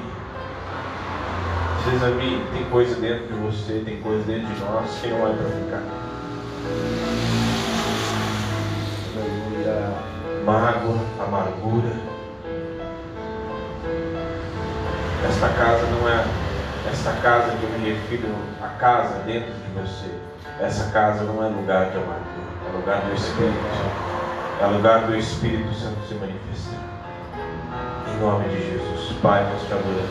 Se examine. Tem coisa dentro de você, tem coisa dentro de nós que não é para ficar. Aleluia. Mágoa, amargura. Esta casa não é esta casa que eu me refiro, a casa dentro de você. Essa casa não é lugar de amargura, é lugar do Espírito. É lugar do Espírito Santo se manifestar. Em nome de Jesus, Pai, nós te adoramos.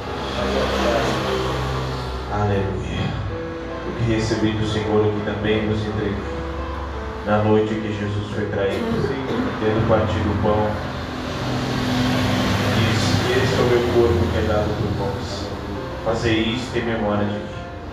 Aleluia. O que recebi do Senhor, o que também nos entregou. Na noite que Jesus foi traído, tendo partido o pão, disse: este é o meu corpo que é dado por vós. Fazei isto em memória de mim.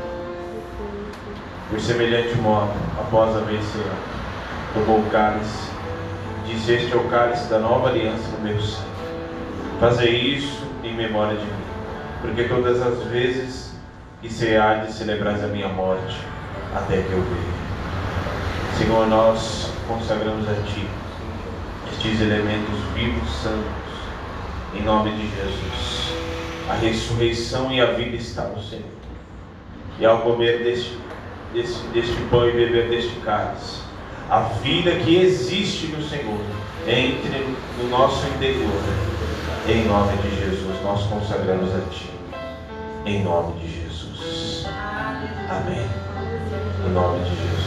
Por semelhante modo, após haver ceado, tomou o cálice, disse: este é o cálice da nova aliança no meu sangue. Fazei isso em memória de mim, porque todas as vezes que ceardes, celebrais a minha morte, até que eu venha. Senhor, nós consagramos a Ti estes elementos vivos, santos, em nome de Jesus. A ressurreição e a vida está no Senhor. E ao comer deste pão e beber deste cálice, a vida que existe no Senhor entre no nosso interior. Em nome de Jesus, nós consagramos a Ti. Em nome de Jesus. Amém. Em nome de Jesus.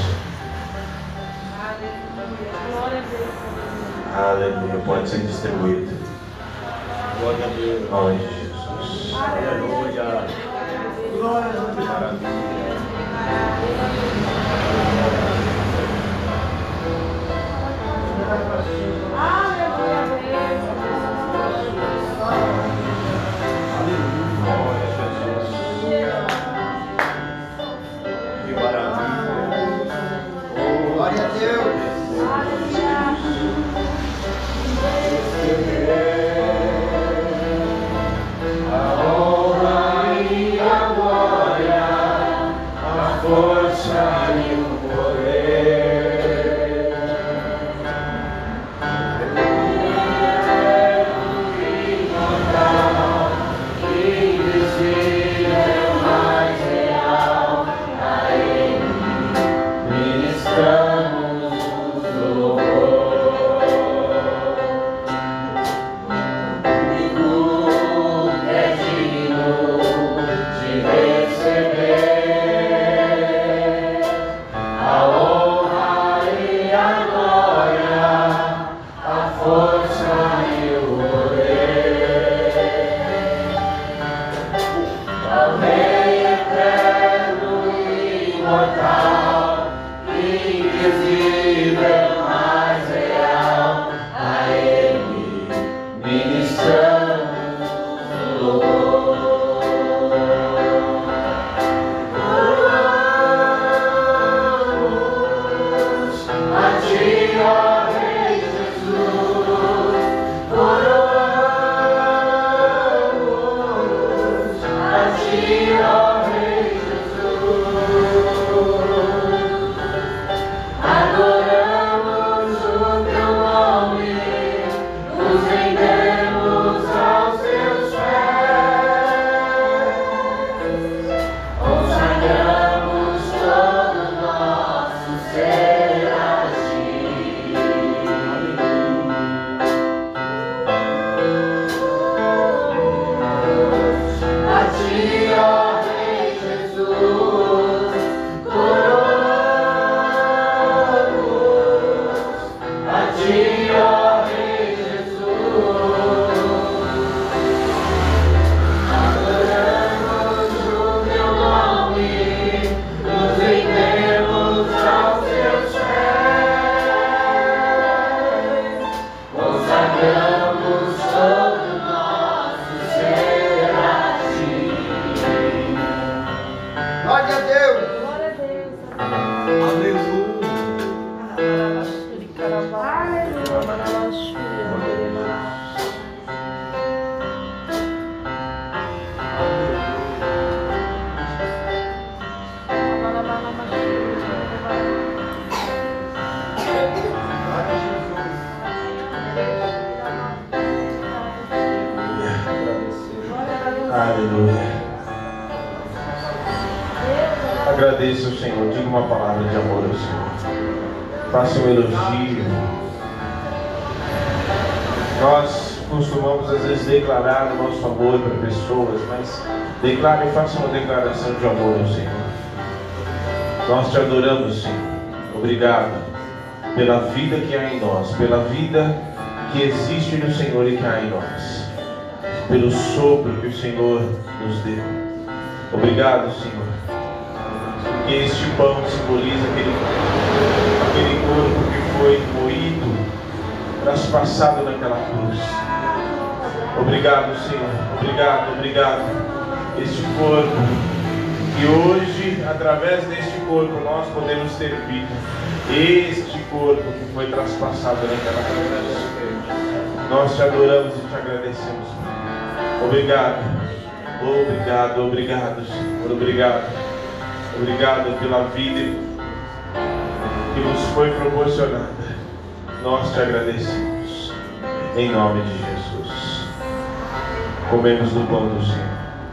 Aleluia. Pode ser distribuído. Glória a Deus. Em nome de Jesus. Aleluia. Glória a Deus. Maravilha. Que maravilha. Glória a Deus. A honra e a glória, a força e o poder. Imortal, invisível, mais real, a Ele ministramos o louvor. É digno de receber a honra e a glória, a força e o poder ao Rei eterno e imortal, invisível, mais real, a Ele ministramos. Aleluia. Agradeça ao Senhor, diga uma palavra de amor ao Senhor. Faça um elogio. Nós costumamos às vezes declarar o nosso amor para pessoas, mas declare e faça uma declaração de amor ao Senhor. Nós te adoramos, Senhor. Obrigado pela vida que há em nós, pela vida que existe no Senhor e que há em nós, pelo sopro que o Senhor nos deu. Obrigado, Senhor, porque este pão simboliza aquele corpo que foi moído, traspassado naquela cruz. Obrigado, Senhor. Obrigado, obrigado. Este corpo, que hoje, através deste corpo, nós podemos ter vida. Este corpo que foi traspassado naquela cruz. Nós te adoramos e te agradecemos. Obrigado. Obrigado, obrigado, Senhor. Obrigado. Obrigado pela vida que nos foi proporcionada. Nós te agradecemos, em nome de Jesus. Comemos do pão do Senhor.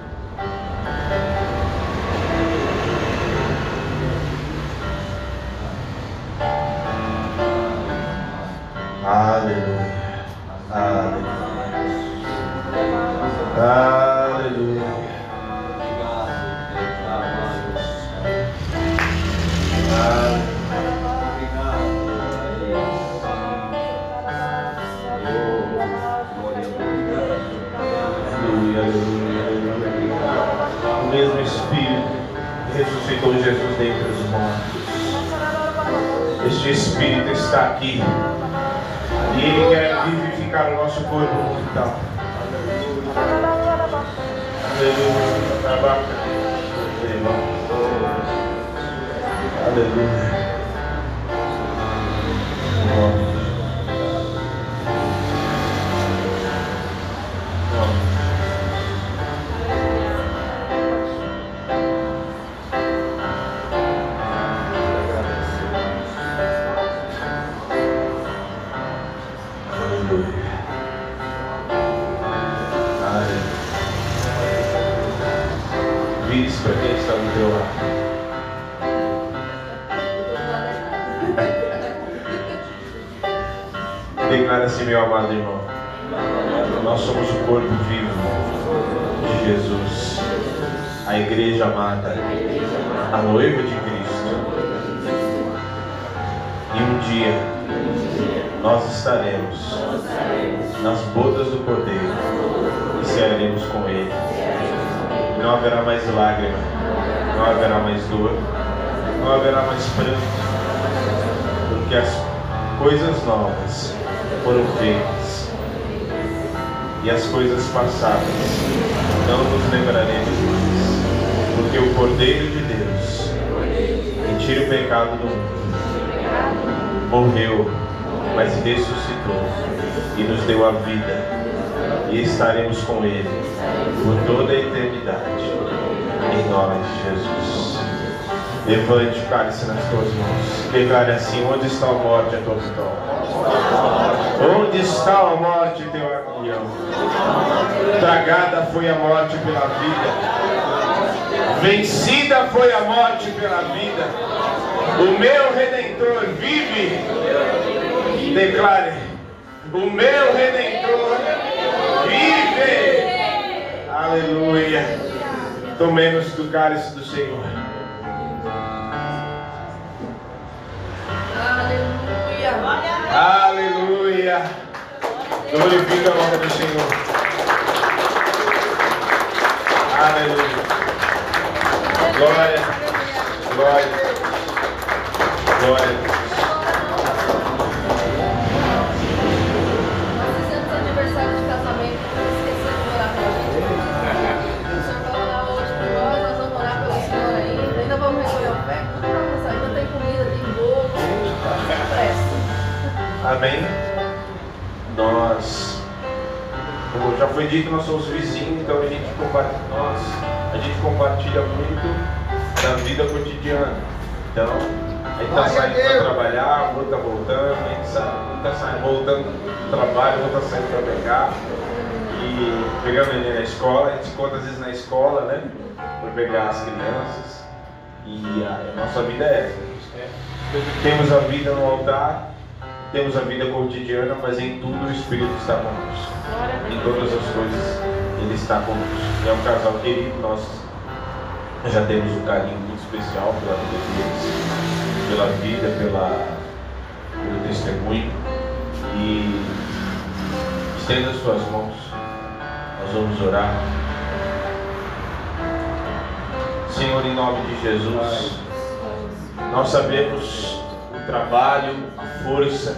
Aleluia, aleluia, aleluia. O mesmo Espírito que ressuscitou Jesus dentre os mortos, este Espírito está aqui e Ele quer vivificar o nosso corpo mortal. Aleluia. Aleluia. Vire-se para quem está do teu lado. Declara assim, meu amado irmão: nós somos o corpo vivo de Jesus, a igreja amada, a noiva de Cristo. E um dia nós estaremos nas bodas do Cordeiro e cearemos com Ele. Não haverá mais lágrima, não haverá mais dor, não haverá mais pranto, porque as coisas novas foram feitas e as coisas passadas não nos lembraremos mais, porque o Cordeiro de Deus, que tira o pecado do mundo, morreu, mas ressuscitou e nos deu a vida, e estaremos com Ele por toda a eternidade, em nome de Jesus. Levante o cálice nas tuas mãos, declare assim: onde está a morte, a tua vitória? Onde está a morte, teu aguilhão? Tragada foi a morte pela vida, vencida foi a morte pela vida. O meu Redentor vive. Declare: o meu Redentor vive. Aleluia. Tomemos do cálice do Senhor. Aleluia. Aleluia. Glorifica o nome do Senhor. Aleluia. Glória. Glória. Glória. Amém? Nós, como já foi dito, nós somos vizinhos, então a gente compartilha muito da vida cotidiana. Então, a gente está saindo para trabalhar, o outro está voltando, a gente está voltando do trabalho, o outro está saindo para pegar. E E pegando ele na escola, a gente se encontra às vezes na escola, né? Para pegar as crianças. E a nossa vida é essa. Temos a vida no altar, temos a vida cotidiana, mas em tudo o Espírito está conosco. Em todas as coisas Ele está conosco. É um casal querido, nós já temos um carinho muito especial pela vida deles, pela vida, pelo testemunho. E estenda as suas mãos, nós vamos orar. Senhor, em nome de Jesus, nós sabemos o trabalho, a força,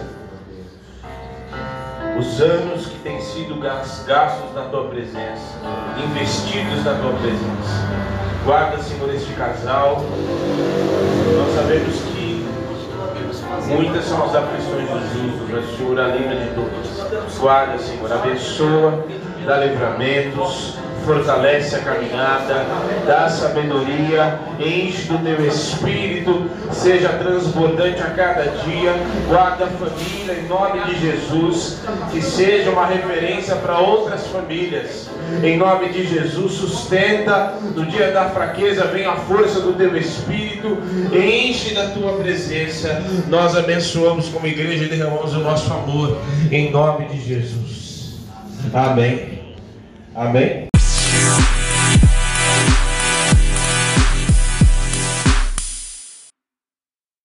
os anos que têm sido gastos na Tua presença, investidos na Tua presença. Guarda, Senhor, este casal. Nós sabemos que muitas são as aflições dos justos, mas o Senhor a livra de todas. Guarda, Senhor, abençoa, dá livramentos, fortalece a caminhada, dá sabedoria, enche do Teu Espírito, seja transbordante a cada dia. Guarda a família em nome de Jesus, que seja uma referência para outras famílias. Em nome de Jesus, sustenta no dia da fraqueza, vem a força do Teu Espírito, enche da Tua presença. Nós abençoamos como igreja e derramamos o nosso amor em nome de Jesus. Amém. Amém.